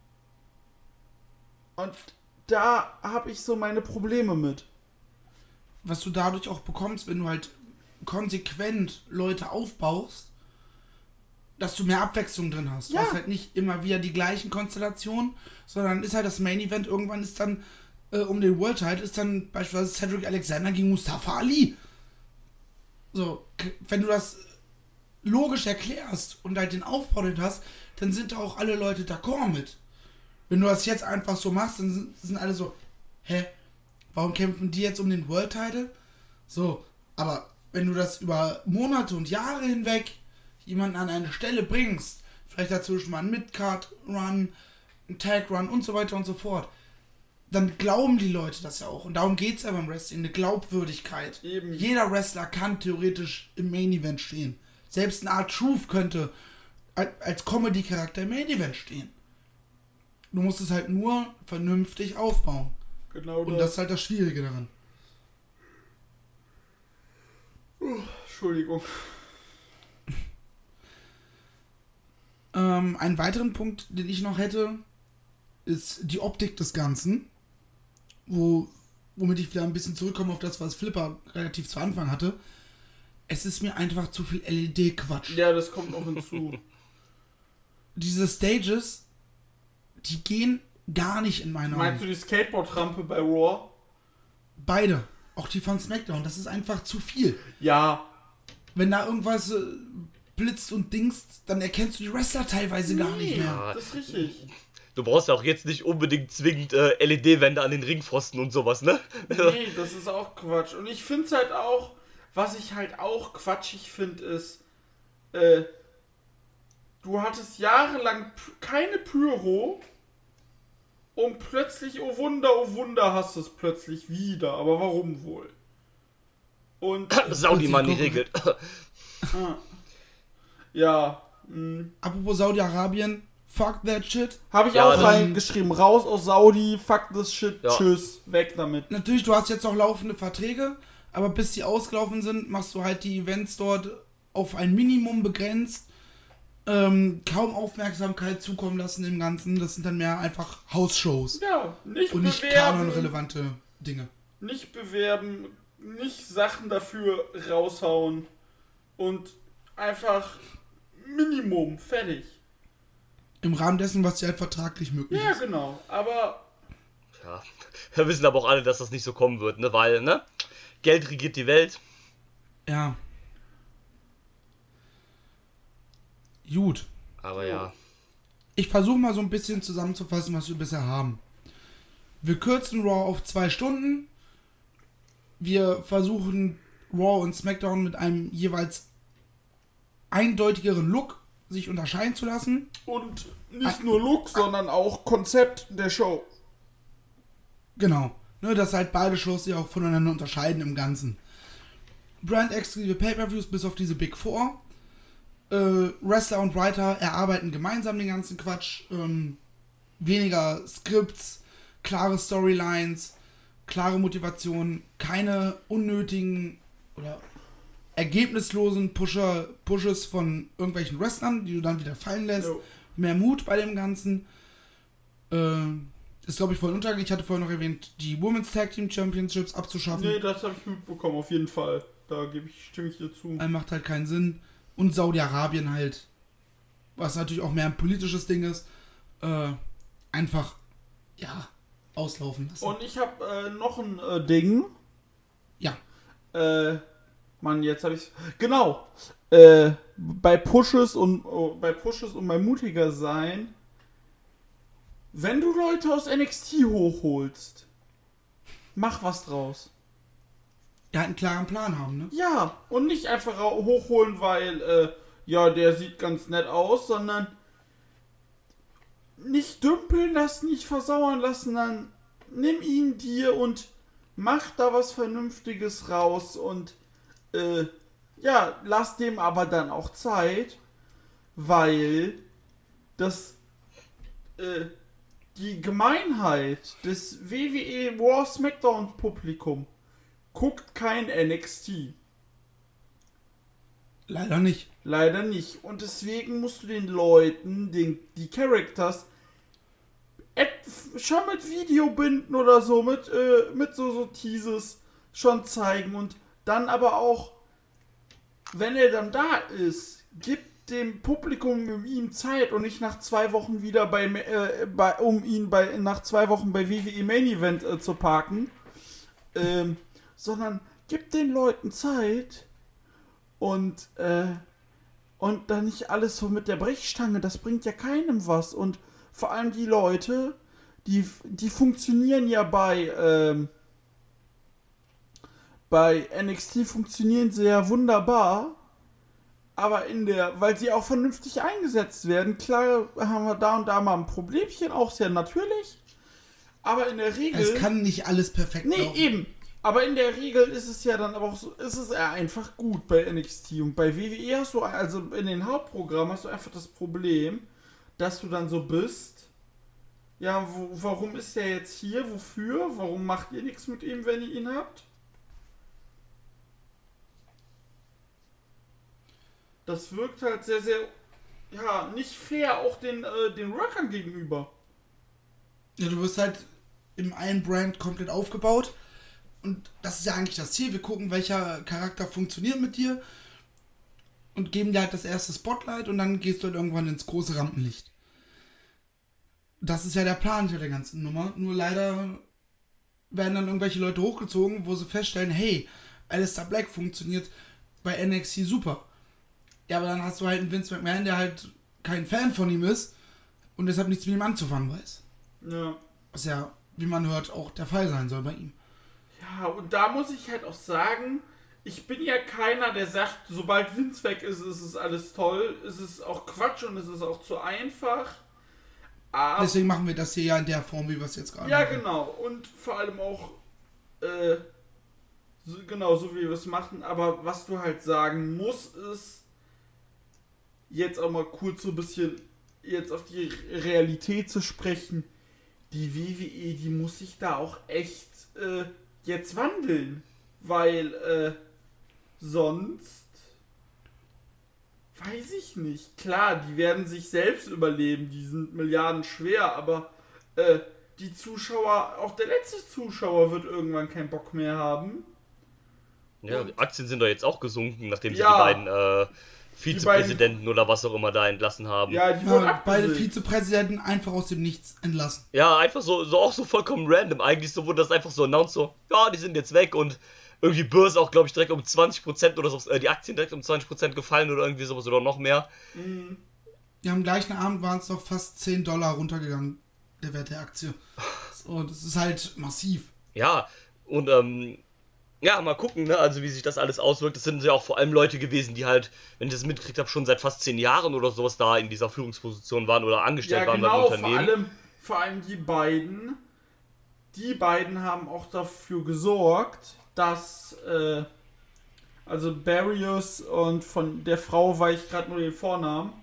Und da habe ich so meine Probleme mit. Was du dadurch auch bekommst, wenn du halt konsequent Leute aufbaust, dass du mehr Abwechslung drin hast. Du Ja. hast halt nicht immer wieder die gleichen Konstellationen, sondern ist halt das Main Event, irgendwann ist dann um den World Title, ist dann beispielsweise Cedric Alexander gegen Mustafa Ali. So, wenn du das logisch erklärst und halt den Aufbau den hast, dann sind da auch alle Leute d'accord mit. Wenn du das jetzt einfach so machst, dann sind alle so, hä, warum kämpfen die jetzt um den World Title? So, aber wenn du das über Monate und Jahre hinweg jemanden an eine Stelle bringst, vielleicht dazwischen mal einen Mid-Card-Run, einen Tag-Run und so weiter und so fort, dann glauben die Leute das ja auch. Und darum geht es ja beim Wrestling, eine Glaubwürdigkeit. Eben. Jeder Wrestler kann theoretisch im Main-Event stehen. Selbst ein R-Truth könnte als Comedy-Charakter im Main-Event stehen. Du musst es halt nur vernünftig aufbauen. Genau Und das ist halt das Schwierige daran. Entschuldigung. Einen weiteren Punkt, den ich noch hätte, ist die Optik des Ganzen. Womit ich wieder ein bisschen zurückkomme auf das, was Flipper relativ zu Anfang hatte. Es ist mir einfach zu viel LED-Quatsch. Ja, das kommt noch hinzu. Diese Stages, die gehen gar nicht in meine Meinst Augen. du die Skateboard-Rampe bei Raw? Beide. Auch die von SmackDown. Das ist einfach zu viel. Ja. Wenn da irgendwas blitzt und dingst, dann erkennst du die Wrestler teilweise gar nicht mehr. Das ist richtig. Du brauchst ja auch jetzt nicht unbedingt zwingend LED-Wände an den Ringpfosten und sowas, ne? Nee, das ist auch Quatsch. Und ich finde es halt auch, was ich halt auch quatschig finde, ist, du hattest jahrelang keine Pyro und plötzlich, oh Wunder, hast du es plötzlich wieder. Aber warum wohl? Und Saudi-Mann, die regelt. ja, Apropos Saudi-Arabien, fuck that shit. habe ich Ja, auch das- reingeschrieben. Raus aus Saudi, fuck this shit, Ja. tschüss, weg damit. Natürlich, du hast jetzt noch laufende Verträge, aber bis die ausgelaufen sind, machst du halt die Events dort auf ein Minimum begrenzt. Kaum Aufmerksamkeit zukommen lassen im Ganzen. Das sind dann mehr einfach Hausshows Ja, nicht und nicht bewerben, kanonrelevante Dinge. nicht bewerben, nicht Sachen dafür raushauen und einfach Minimum, fertig. Im Rahmen dessen, was dir halt vertraglich möglich Ja, ist. genau, aber Ja. Wir wissen aber auch alle, dass das nicht so kommen wird, ne? Weil, ne? Geld regiert die Welt. Ja. Gut. Aber ja. Ich versuche mal so ein bisschen zusammenzufassen, was wir bisher haben. Wir kürzen Raw auf 2 Stunden. Wir versuchen Raw und SmackDown mit einem jeweils eindeutigeren Look sich unterscheiden zu lassen. Und nicht nur Look, sondern auch Konzept der Show. Genau. Ne, dass halt beide Shows sich auch voneinander unterscheiden im Ganzen. Brand-exklusive Pay-Per-Views bis auf diese Big Four. Wrestler und Writer erarbeiten gemeinsam den ganzen Quatsch. Weniger Skripts, klare Storylines, klare Motivationen, keine unnötigen oder ergebnislosen Pushes von irgendwelchen Wrestlern, die du dann wieder fallen lässt. Jo. Mehr Mut bei dem Ganzen. Ist, glaube ich, vorhin untergegangen. Ich hatte vorhin noch erwähnt, die Women's Tag Team Championships abzuschaffen. Nee, das habe ich mitbekommen, auf jeden Fall. Da stimme ich dir zu. Macht halt keinen Sinn. Und Saudi-Arabien halt, was natürlich auch mehr ein politisches Ding ist, einfach, ja, auslaufen lassen. Und ich habe noch ein Ding. Ja. Mann, jetzt habe ich genau. Bei Pushes und bei mutiger sein, wenn du Leute aus NXT hochholst, mach was draus. Ja, einen klaren Plan haben, ne? Ja, und nicht einfach hochholen, weil, ja, der sieht ganz nett aus, sondern nicht dümpeln lassen, nicht versauern lassen, dann nimm ihn dir und mach da was Vernünftiges raus und, ja, lass dem aber dann auch Zeit, weil das, die Gemeinheit des WWE War Smackdown Publikum guckt kein NXT. Leider nicht. Leider nicht. Und deswegen musst du den Leuten, die Characters, schon mit Video binden oder so, mit so Teases schon zeigen. Und dann aber auch, wenn er dann da ist, gibt dem Publikum um ihm Zeit und nicht nach 2 Wochen wieder nach 2 Wochen bei WWE Main Event zu parken. Sondern gibt den Leuten Zeit und dann nicht alles so mit der Brechstange, das bringt ja keinem was. Und vor allem die Leute, die funktionieren ja bei NXT funktionieren sie ja wunderbar, aber weil sie auch vernünftig eingesetzt werden, klar haben wir da und da mal ein Problemchen, auch sehr natürlich, aber in der Regel... Es kann nicht alles perfekt laufen. Eben. Aber in der Regel ist es ja dann aber auch so, ist es ja einfach gut bei NXT. Und bei WWE hast du, also in den Hauptprogrammen hast du einfach das Problem, dass du dann so bist, ja, warum ist der jetzt hier, wofür, warum macht ihr nichts mit ihm, wenn ihr ihn habt? Das wirkt halt sehr, sehr, ja, nicht fair auch den Workern gegenüber. Ja, du wirst halt im einen Brand komplett aufgebaut. Und das ist ja eigentlich das Ziel. Wir gucken, welcher Charakter funktioniert mit dir und geben dir halt das erste Spotlight und dann gehst du halt irgendwann ins große Rampenlicht. Das ist ja der Plan hinter der ganzen Nummer. Nur leider werden dann irgendwelche Leute hochgezogen, wo sie feststellen, hey, Aleister Black funktioniert bei NXT super. Ja, aber dann hast du halt einen Vince McMahon, der halt kein Fan von ihm ist und deshalb nichts mit ihm anzufangen weiß. Ja. Was ja, wie man hört, auch der Fall sein soll bei ihm. Ja, und da muss ich halt auch sagen, ich bin ja keiner, der sagt, sobald Vince weg ist, ist es alles toll. Es ist auch Quatsch und es ist auch zu einfach. Aber Deswegen machen wir das hier ja in der Form, wie wir es jetzt gerade ja, machen. genau. Und vor allem auch, so wie wir es machen. Aber was du halt sagen musst, ist, jetzt auch mal kurz so ein bisschen jetzt auf die Realität zu sprechen. Die WWE, die muss sich da auch echt jetzt wandeln, weil sonst weiß ich nicht. Klar, die werden sich selbst überleben, die sind Milliarden schwer, aber die Zuschauer, auch der letzte Zuschauer wird irgendwann keinen Bock mehr haben. Ja, die Aktien sind doch jetzt auch gesunken, nachdem sie Ja. die beiden Vizepräsidenten oder was auch immer da entlassen haben. Ja, die wurden Ja, beide abgesägt. Vizepräsidenten einfach aus dem Nichts entlassen. Ja, einfach so auch so vollkommen random. Eigentlich so wurde das einfach so announced, so, ja, die sind jetzt weg und irgendwie Börse auch, glaube ich, direkt um 20% oder so, die Aktien direkt um 20% gefallen oder irgendwie sowas oder noch mehr. Ja, am gleichen Abend waren es doch fast $10 runtergegangen, der Wert der Aktie. So, das ist halt massiv. Ja, und Ja, mal gucken, ne? Also wie sich das alles auswirkt. Das sind ja auch vor allem Leute gewesen, die halt, wenn ich das mitgekriegt habe, schon seit fast 10 Jahren oder sowas da in dieser Führungsposition waren oder angestellt waren beim Unternehmen. Vor allem die beiden. Die beiden haben auch dafür gesorgt, dass, also Barrios und von der Frau weiß ich gerade nur den Vornamen,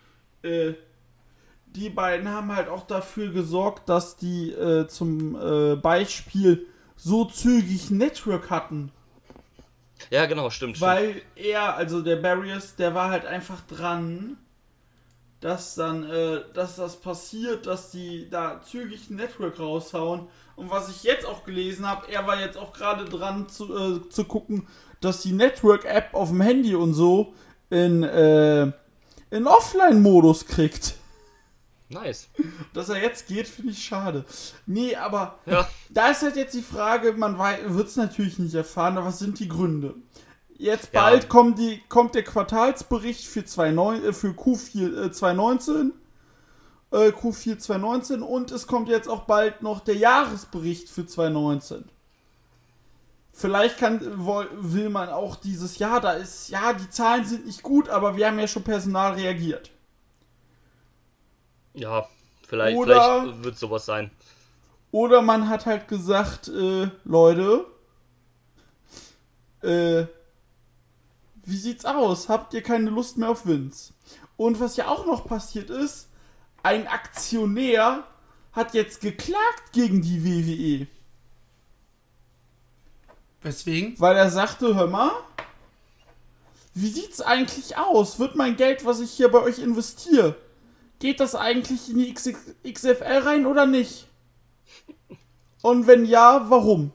die beiden haben halt auch dafür gesorgt, dass die zum Beispiel so zügig Network hatten. Ja, genau, stimmt. Weil er, also der Barrios, der war halt einfach dran, dass dann, dass das passiert, dass die da zügig ein Network raushauen. Und was ich jetzt auch gelesen habe, er war jetzt auch gerade dran zu gucken, dass die Network-App auf dem Handy und so in Offline-Modus kriegt. Nice. Dass er jetzt geht, finde ich schade. Nee, aber Ja. da ist halt jetzt die Frage, man wird es natürlich nicht erfahren, aber was sind die Gründe? Jetzt Ja. bald kommt der Quartalsbericht für Q4 2019. Q4 2019 und es kommt jetzt auch bald noch der Jahresbericht für 2019. Vielleicht will man auch dieses Jahr, die Zahlen sind nicht gut, aber wir haben ja schon Personal reagiert. Ja, vielleicht wird sowas sein. Oder man hat halt gesagt, Leute, wie sieht's aus? Habt ihr keine Lust mehr auf Vince? Und was ja auch noch passiert ist, ein Aktionär hat jetzt geklagt gegen die WWE. Weswegen? Weil er sagte, hör mal, wie sieht's eigentlich aus? Wird mein Geld, was ich hier bei euch investiere, geht das eigentlich in die XFL rein oder nicht? Und wenn ja, warum?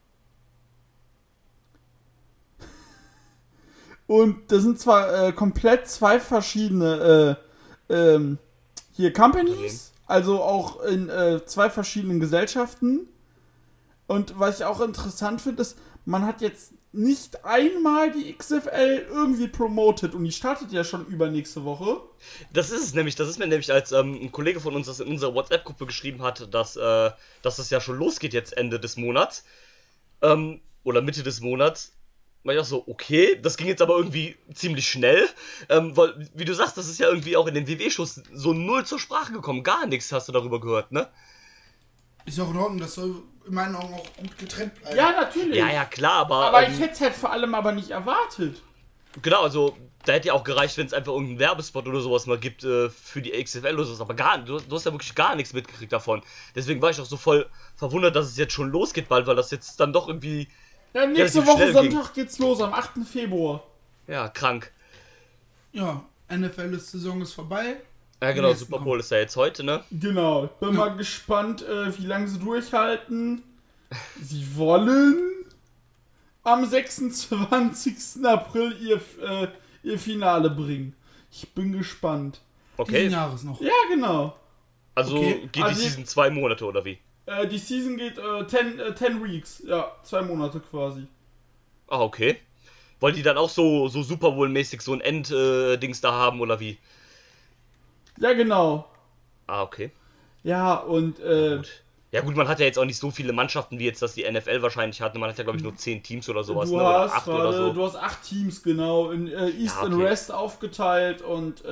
Und das sind zwar komplett zwei verschiedene hier Companies, also auch in zwei verschiedenen Gesellschaften. Und was ich auch interessant finde, ist, man hat jetzt nicht einmal die XFL irgendwie promoted und die startet ja schon übernächste Woche. Das ist mir nämlich als ein Kollege von uns das in unserer WhatsApp-Gruppe geschrieben hat, dass das ja schon losgeht jetzt Ende des Monats oder Mitte des Monats. War ich auch so, okay, das ging jetzt aber irgendwie ziemlich schnell, weil, wie du sagst, das ist ja irgendwie auch in den WWE-Shows so null zur Sprache gekommen, gar nichts hast du darüber gehört, ne? Ist auch in Ordnung, das soll in meinen Augen auch gut getrennt bleiben. Ja, natürlich. Ja, klar, aber ich hätte es halt vor allem aber nicht erwartet. Genau, also da hätte ja auch gereicht, wenn es einfach irgendeinen Werbespot oder sowas mal gibt für die XFL oder sowas, aber du hast ja wirklich gar nichts mitgekriegt davon. Deswegen war ich auch so voll verwundert, dass es jetzt schon losgeht bald, weil das jetzt dann doch irgendwie... Ja, nächste Woche Sonntag geht's los, am 8. Februar. Ja, krank. Ja, NFL-Saison ist vorbei. Ja, genau, Super Bowl ist ja jetzt heute, ne? Genau, bin mal gespannt, wie lange sie durchhalten. Sie wollen am 26. April ihr Finale bringen. Ich bin gespannt. Okay. Diesen Jahres noch. Ja, genau. Also Okay. geht die Season 2 Monate oder wie? Die Season geht 10 Weeks. Ja, 2 Monate quasi. Ah, okay. Wollen die dann auch so Super Bowl-mäßig so ein End-Dings da haben oder wie? Ja, genau. Ah, okay. Ja, und Gut. Ja gut, man hat ja jetzt auch nicht so viele Mannschaften, wie jetzt das die NFL wahrscheinlich hat. Man hat ja, glaube ich, nur 10 Teams oder sowas, ne? Oder 8 oder so. Du hast 8 Teams, genau, in East Ja, okay. und West aufgeteilt und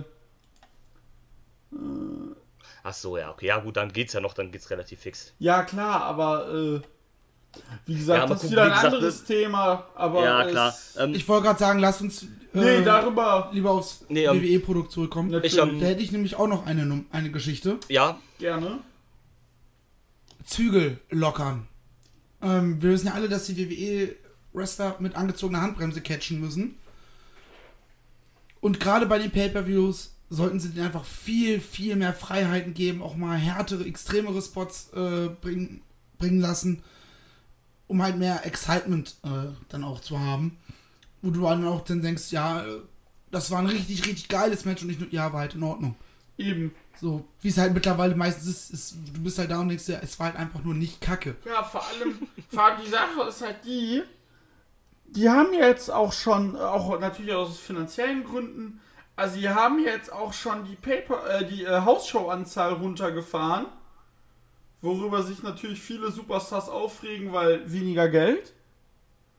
Ach so, ja, okay. Ja gut, dann geht's ja noch, dann geht's relativ fix. ja, klar, aber wie gesagt, Ja, mal das ist gucken, wieder ein wie gesagt, anderes Thema, aber Ja, klar. Ich wollte gerade sagen, lass uns darüber lieber aufs Nee, WWE-Produkt zurückkommen. natürlich ich, Da hätte ich nämlich auch noch eine Geschichte. Ja, gerne. Zügel lockern. Wir wissen ja alle, dass die WWE-Wrestler mit angezogener Handbremse catchen müssen. Und gerade bei den Pay-Per-Views sollten sie denen einfach viel, viel mehr Freiheiten geben, auch mal härtere, extremere Spots bringen lassen, um halt mehr Excitement dann auch zu haben. Wo du dann auch dann denkst, ja, das war ein richtig, richtig geiles Match und nicht nur, ja, war halt in Ordnung. Eben. So, wie es halt mittlerweile meistens ist, du bist halt da und denkst, ja, es war halt einfach nur nicht kacke. Ja, vor allem die Sache ist halt die haben jetzt auch schon, auch natürlich aus finanziellen Gründen, also die haben jetzt auch schon die Hausshow-Anzahl runtergefahren, worüber sich natürlich viele Superstars aufregen, weil weniger Geld.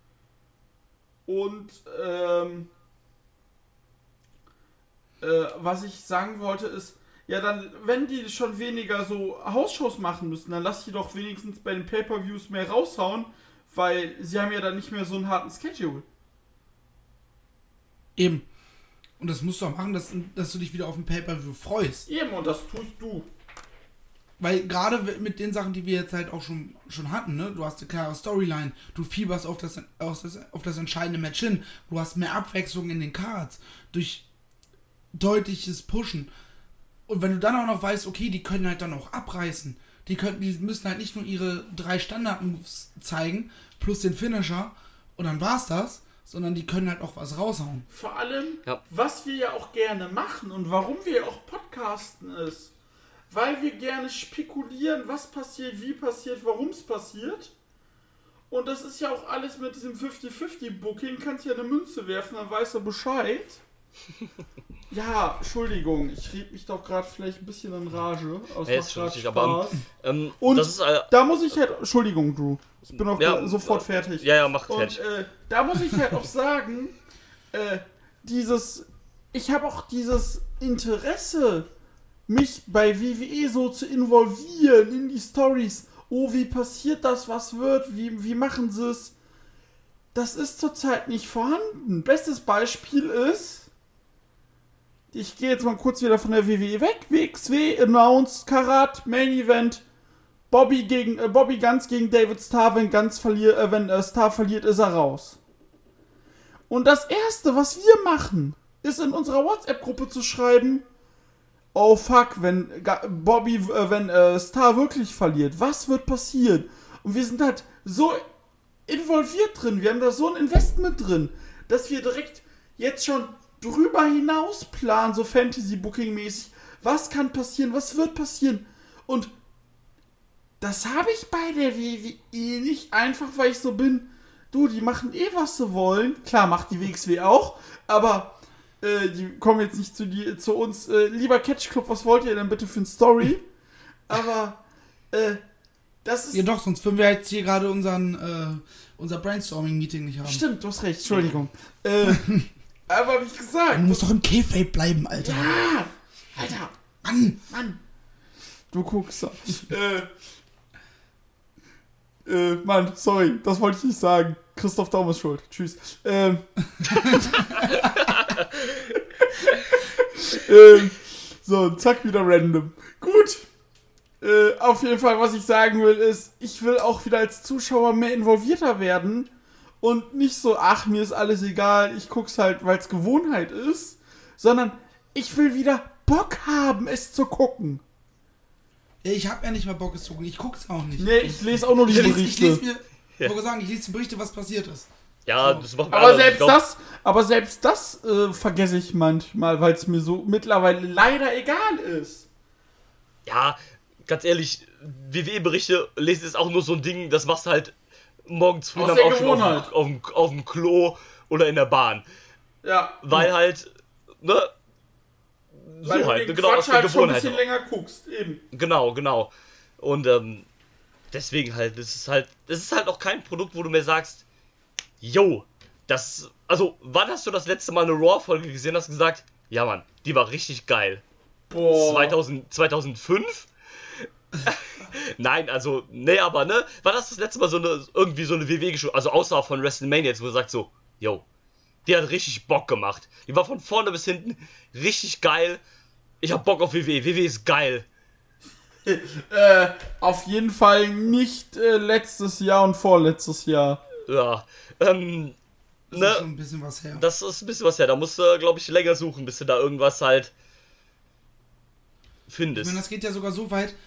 Und was ich sagen wollte ist, ja dann, wenn die schon weniger so Hausshows machen müssen, dann lass die doch wenigstens bei den Pay-Per-Views mehr raushauen, weil sie haben ja dann nicht mehr so einen harten Schedule. Eben. Und das musst du auch machen, dass du dich wieder auf ein Pay-Per-View freust. Eben, und das tust du. Weil gerade mit den Sachen, die wir jetzt halt auch schon hatten, ne? Du hast eine klare Storyline, du fieberst auf das entscheidende Match hin, du hast mehr Abwechslung in den Cards, durch deutliches Pushen. Und wenn du dann auch noch weißt, okay, die können halt dann auch abreißen, die müssen halt nicht nur ihre 3 Standard-Moves zeigen, plus den Finisher, und dann war's das, sondern die können halt auch was raushauen. Vor allem, was wir ja auch gerne machen und warum wir auch podcasten ist, weil wir gerne spekulieren, was passiert, wie passiert, warum es passiert. Und das ist ja auch alles mit diesem 50-50-Booking. Kannst ja eine Münze werfen, dann weiß er Bescheid. Ja, Entschuldigung, ich rede mich doch gerade vielleicht ein bisschen in Rage. Aber es macht gerade Spaß. Aber, und das ist, da muss ich halt... Entschuldigung, Drew. Ich bin auch sofort fertig. Ja, mach fertig. Und da muss ich halt auch sagen, ich habe auch dieses Interesse, mich bei WWE so zu involvieren in die Storys. Oh, wie passiert das? Was wird? Wie machen sie es? Das ist zurzeit nicht vorhanden. Bestes Beispiel ist, ich gehe jetzt mal kurz wieder von der WWE weg. WXW announced Karat Main Event. Bobby Guns gegen David Starr. Wenn Starr verliert, ist er raus. Und das Erste, was wir machen, ist in unserer WhatsApp-Gruppe zu schreiben: Oh fuck, wenn Starr wirklich verliert, was wird passieren? Und wir sind halt so involviert drin, wir haben da so ein Investment drin, dass wir direkt jetzt schon drüber hinaus planen, so Fantasy-Booking-mäßig. Was kann passieren, was wird passieren? Und das habe ich bei der WWE nicht, einfach weil ich so bin, du, die machen was sie wollen. Klar, macht die WXW auch, aber die kommen jetzt nicht zu uns. Lieber Catch Club, was wollt ihr denn bitte für eine Story? Aber das ist... Ja doch, sonst würden wir jetzt hier gerade unser Brainstorming-Meeting nicht haben. Stimmt, du hast recht, Entschuldigung. Aber wie gesagt... Du musst doch im K-Fape bleiben, Alter. Ja, Alter. Mann. Du guckst so. Mann, sorry, das wollte ich nicht sagen. Christoph Daum ist schuld. Tschüss. So, zack, wieder random. Gut. Auf jeden Fall, was ich sagen will, ist, ich will auch wieder als Zuschauer mehr involvierter werden und nicht so, ach, mir ist alles egal, ich guck's halt, weil es Gewohnheit ist, sondern ich will wieder Bock haben, es zu gucken. Ja, ich hab ja nicht mal Bock, es zu gucken, ich guck's auch nicht. Nee, ich lese auch nur die Berichte. Ich lese die Berichte, was passiert ist. Ja, das macht aber selbst das vergesse ich manchmal, weil es mir so mittlerweile leider egal ist. Ja, ganz ehrlich, WWE-Berichte lesen ist auch nur so ein Ding, das machst du halt morgens früh dann auch schon auf dem Klo oder in der Bahn. Ja. Weil halt, ne? So weil halt, du den genau, aus Quatsch der halt schon ein Gewohnheit. bisschen länger guckst, eben. Genau. Und deswegen halt, das ist halt auch kein Produkt, wo du mir sagst, yo, wann hast du das letzte Mal eine Raw-Folge gesehen, hast gesagt, ja Mann, die war richtig geil. Boah. 2005? Nein, aber war das letzte Mal irgendwie so eine WWE-Show, also außer von WrestleMania jetzt, wo du sagst so, yo, die hat richtig Bock gemacht. Die war von vorne bis hinten richtig geil. Ich hab Bock auf WWE. WWE ist geil. Auf jeden Fall nicht letztes Jahr und vorletztes Jahr. Ja, Das ist schon ein bisschen was her. Das ist ein bisschen was her. Da musst du, glaube ich, länger suchen, bis du da irgendwas halt findest. Ich meine, das geht ja sogar so weit.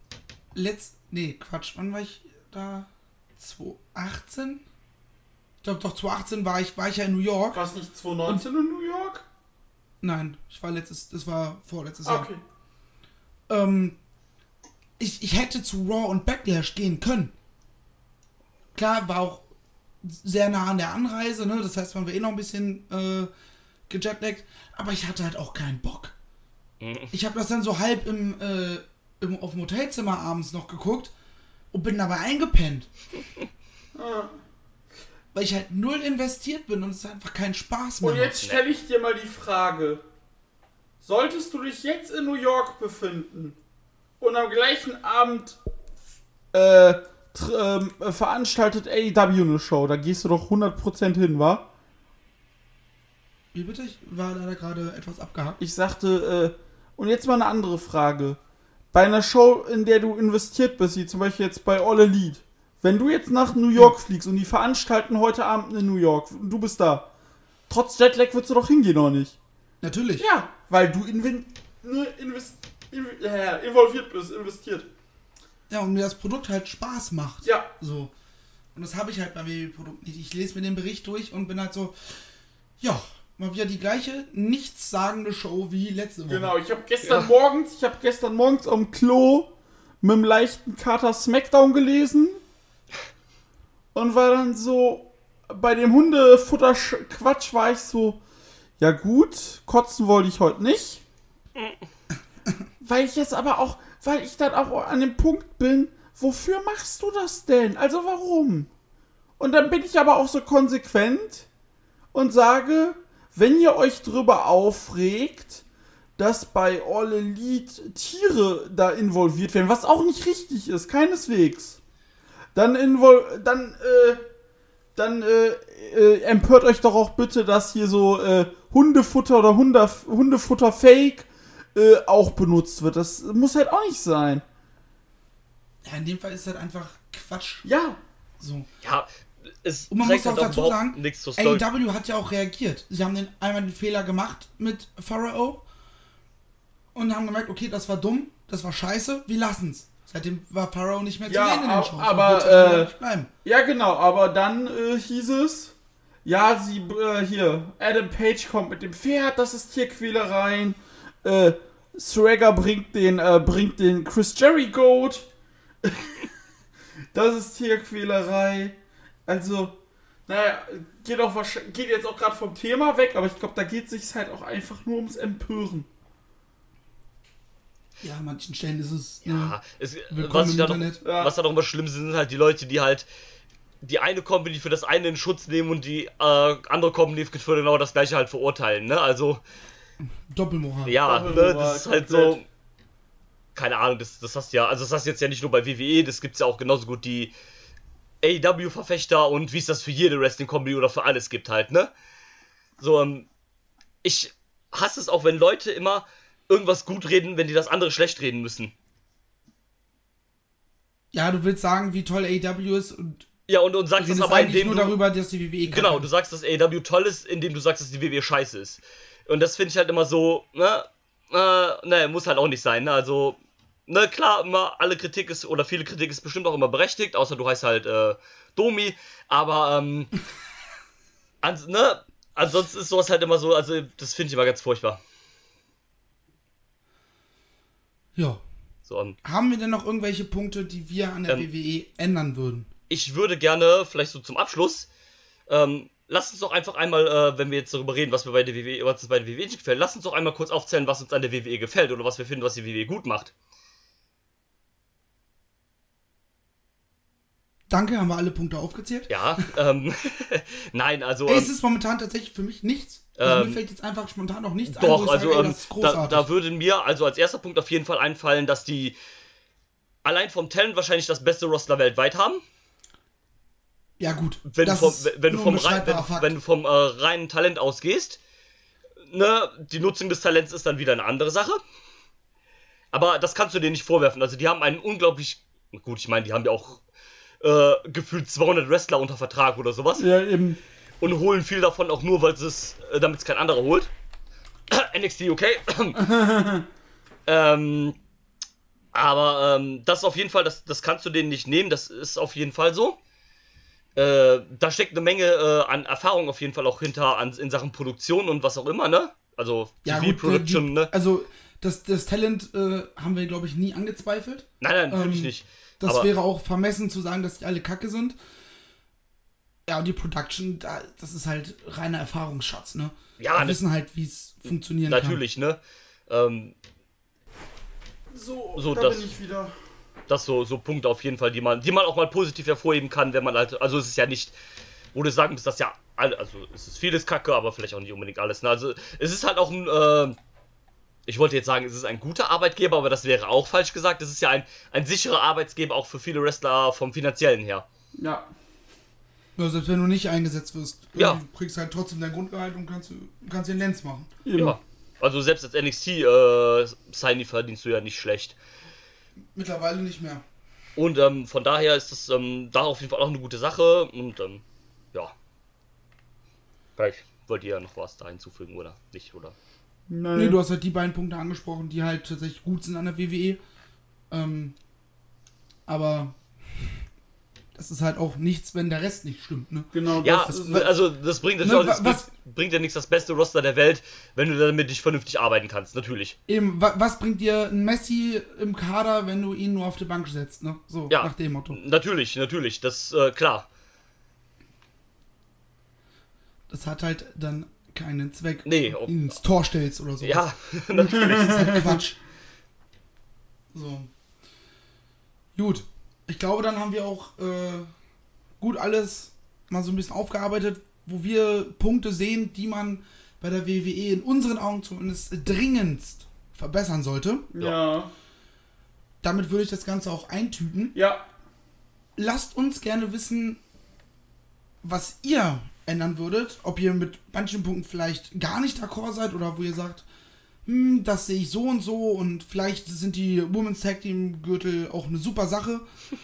Wann war ich da? 2018? Ich glaube doch, 2018 war ich ja in New York. Warst du nicht 2019 in New York? Nein, das war vorletztes Jahr. Okay. Ich hätte zu Raw und Backlash gehen können. Klar, war auch sehr nah an der Anreise, ne? Das heißt, man war noch ein bisschen gejetlaggt, aber ich hatte halt auch keinen Bock. Ich habe das dann so halb auf dem Hotelzimmer abends noch geguckt und bin dabei eingepennt. weil ich halt null investiert bin und es einfach keinen Spaß mehr Und jetzt stelle ich dir mal die Frage. Solltest du dich jetzt in New York befinden und am gleichen Abend veranstaltet AEW eine Show, da gehst du doch 100% hin, wa? Wie bitte? Ich war leider gerade etwas abgehakt. Ich sagte, und jetzt mal eine andere Frage. Bei einer Show, in der du investiert bist, wie zum Beispiel jetzt bei All Elite, wenn du jetzt nach New York fliegst und die veranstalten heute Abend in New York und du bist da, trotz Jetlag würdest du doch hingehen, oder nicht? Natürlich. Ja, weil du involviert bist, investiert. Ja, und mir das Produkt halt Spaß macht. Ja. So. Und das habe ich halt beim WWE-Produkt nicht. Ich lese mir den Bericht durch und bin halt so, ja, mal wieder die gleiche nichtssagende Show wie letzte Woche. Genau, ich habe gestern morgens am Klo mit einem leichten Kater Smackdown gelesen und war dann so, bei dem Hundefutter-Quatsch war ich so, ja gut, kotzen wollte ich heute nicht. Weil ich dann auch an dem Punkt bin, wofür machst du das denn? Also warum? Und dann bin ich aber auch so konsequent und sage, wenn ihr euch drüber aufregt, dass bei All Elite Tiere da involviert werden, was auch nicht richtig ist, keineswegs, dann empört euch doch auch bitte, dass hier so Hundefutter oder Hundefutter Fake auch benutzt wird. Das muss halt auch nicht sein. Ja, in dem Fall ist es halt einfach Quatsch. Ja. So. Ja, es Und man trägt muss auch halt dazu überhaupt sagen, nichts zur Story. AEW hat ja auch reagiert. Sie haben einmal den Fehler gemacht mit Pharaoh und haben gemerkt, okay, das war dumm, das war scheiße, wir lassen's. Seitdem war Pharaoh nicht mehr zu sehen in den Shows. Aber, nicht bleiben. ja genau, aber dann hieß es, ja, Adam Page kommt mit dem Pferd, das ist Tierquälereien, Swagger bringt den Chris Jericho. Das ist Tierquälerei. Also, naja, geht jetzt auch gerade vom Thema weg, aber ich glaube, da geht es sich halt auch einfach nur ums Empören. Ja, an manchen Stellen ist es. Ja, willkommen im Internet. Was da noch immer schlimm sind halt die Leute, die halt die eine Company für das eine in Schutz nehmen und die andere Company für genau das gleiche halt verurteilen, ne? Also. Doppelmoral. Ja, Doppelmoral, ne, das ist komplett. halt so. Keine Ahnung, das hast ja, also das hast jetzt ja nicht nur bei WWE, das gibt's ja auch genauso gut die AEW-Verfechter und wie es das für jede Wrestling-Company oder für alles gibt halt, ne? So, ich hasse es auch, wenn Leute immer irgendwas gut reden, wenn die das andere schlecht reden müssen. Ja, du willst sagen, wie toll AEW ist und Ja, und sagst das aber, eigentlich indem nur du... darüber, dass die WWE kacke Genau, ist. du sagst, dass AEW toll ist, indem du sagst, dass die WWE scheiße ist. Und das finde ich halt immer so, ne, muss halt auch nicht sein, ne, also, ne, klar, immer alle Kritik ist, oder viele Kritik ist bestimmt auch immer berechtigt, außer du heißt halt, Domi, aber, ansonsten ist sowas halt immer so, also, das finde ich immer ganz furchtbar. Ja. So, Haben wir denn noch irgendwelche Punkte, die wir an der WWE ändern würden? ich würde gerne, vielleicht so zum Abschluss, lass uns doch einfach einmal, wenn wir jetzt darüber reden, was uns bei der WWE nicht gefällt, lass uns doch einmal kurz aufzählen, was uns an der WWE gefällt oder was wir finden, was die WWE gut macht. Danke, haben wir alle Punkte aufgezählt? Ja, nein, also... Es ist momentan tatsächlich für mich nichts. Also mir fällt jetzt einfach spontan noch nichts ein, wo Doch, ich also sage, ey, das ist großartig. da würde mir also als erster Punkt auf jeden Fall einfallen, dass die allein vom Talent wahrscheinlich das beste Roster weltweit haben. Ja gut, Wenn das du ist nur vom unbestreitbarer Fakt. reinen Talent ausgehst, ne, die Nutzung des Talents ist dann wieder eine andere Sache. Aber das kannst du denen nicht vorwerfen. Also die haben einen unglaublich... Gut, ich meine, die haben ja auch gefühlt 200 Wrestler unter Vertrag oder sowas. Ja, eben. Und holen viel davon auch nur, weil damit es kein anderer holt. NXT, okay. Aber das ist auf jeden Fall, das kannst du denen nicht nehmen, das ist auf jeden Fall so. Da steckt eine Menge an Erfahrung auf jeden Fall auch hinter in Sachen Produktion und was auch immer, ne? Also Ja TV-Production, ne? Also das Talent haben wir, glaube ich, nie angezweifelt. Nein, natürlich nicht. Das Aber wäre auch vermessen zu sagen, dass die alle kacke sind. Ja, und die Production, das ist halt reiner Erfahrungsschatz, ne? Ja, Wir wissen halt, wie es funktionieren natürlich, ne? So, da das- bin ich wieder. Das so Punkte auf jeden Fall, die man auch mal positiv hervorheben kann, wenn man halt, also es ist ja nicht wo du sagen musst, dass ja, also es ist vieles Kacke, aber vielleicht auch nicht unbedingt alles. Ne? Also es ist halt auch ein, ich wollte jetzt sagen, es ist ein guter Arbeitgeber, aber das wäre auch falsch gesagt. Es ist ja ein sicherer Arbeitgeber auch für viele Wrestler vom Finanziellen her. Ja. Ja, selbst wenn du nicht eingesetzt wirst, Ja. du kriegst halt trotzdem dein Grundgehalt und kannst den Lenz machen. Ja. Also selbst als NXT Signy verdienst du ja nicht schlecht. Mittlerweile nicht mehr. Und von daher ist das da auf jeden Fall auch eine gute Sache. Und ja. Vielleicht wollt ihr ja noch was da hinzufügen oder nicht, oder? Nein. Nee, du hast halt die beiden Punkte angesprochen, die halt tatsächlich gut sind an der WWE. Aber das ist halt auch nichts, wenn der Rest nicht stimmt, ne? Genau, Ja, das ist, also das bringt natürlich bringt ja nichts das beste Roster der Welt, wenn du damit nicht vernünftig arbeiten kannst, natürlich. Eben, was bringt dir ein Messi im Kader, wenn du ihn nur auf die Bank setzt, ne? So, Ja, nach dem Motto. Natürlich, das klar. Das hat halt dann keinen Zweck, Nee, wenn du ihn ins Tor stellst oder so. Ja, natürlich. Das ist halt Quatsch. So. Gut. Ich glaube, dann haben wir auch gut alles mal so ein bisschen aufgearbeitet, wo wir Punkte sehen, die man bei der WWE in unseren Augen zumindest dringendst verbessern sollte. ja. Damit würde ich das Ganze auch eintüten. Ja. Lasst uns gerne wissen, was ihr ändern würdet. Ob ihr mit manchen Punkten vielleicht gar nicht d'accord seid oder wo ihr sagt, das sehe ich so und vielleicht sind die Women's Tag Team Gürtel auch eine super Sache.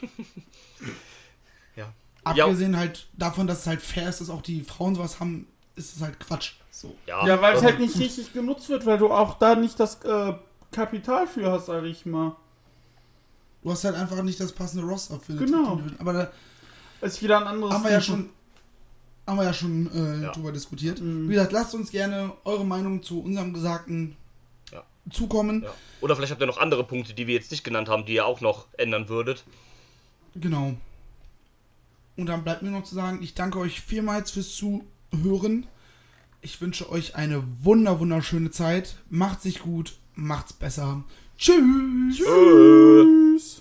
Ja. Abgesehen halt davon, dass es halt fair ist, dass auch die Frauen sowas haben, ist es halt Quatsch. So. Ja, weil es halt nicht richtig genutzt wird, weil du auch da nicht das Kapital für hast, sag ich mal. Du hast halt einfach nicht das passende Roster für eine Genau. Tag Team Division. Aber da Das ist wieder ein anderes haben wir ja schon Ja. drüber diskutiert. Mhm. Wie gesagt, lasst uns gerne eure Meinung zu unserem Gesagten zukommen. Ja. Oder vielleicht habt ihr noch andere Punkte, die wir jetzt nicht genannt haben, die ihr auch noch ändern würdet. Genau. Und dann bleibt mir noch zu sagen, ich danke euch vielmals fürs Zuhören. Ich wünsche euch eine wunderschöne Zeit. Macht sich gut, macht's besser. Tschüss. Tschüss.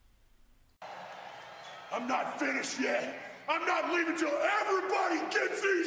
I'm not finished yet. I'm not leaving till everybody gets these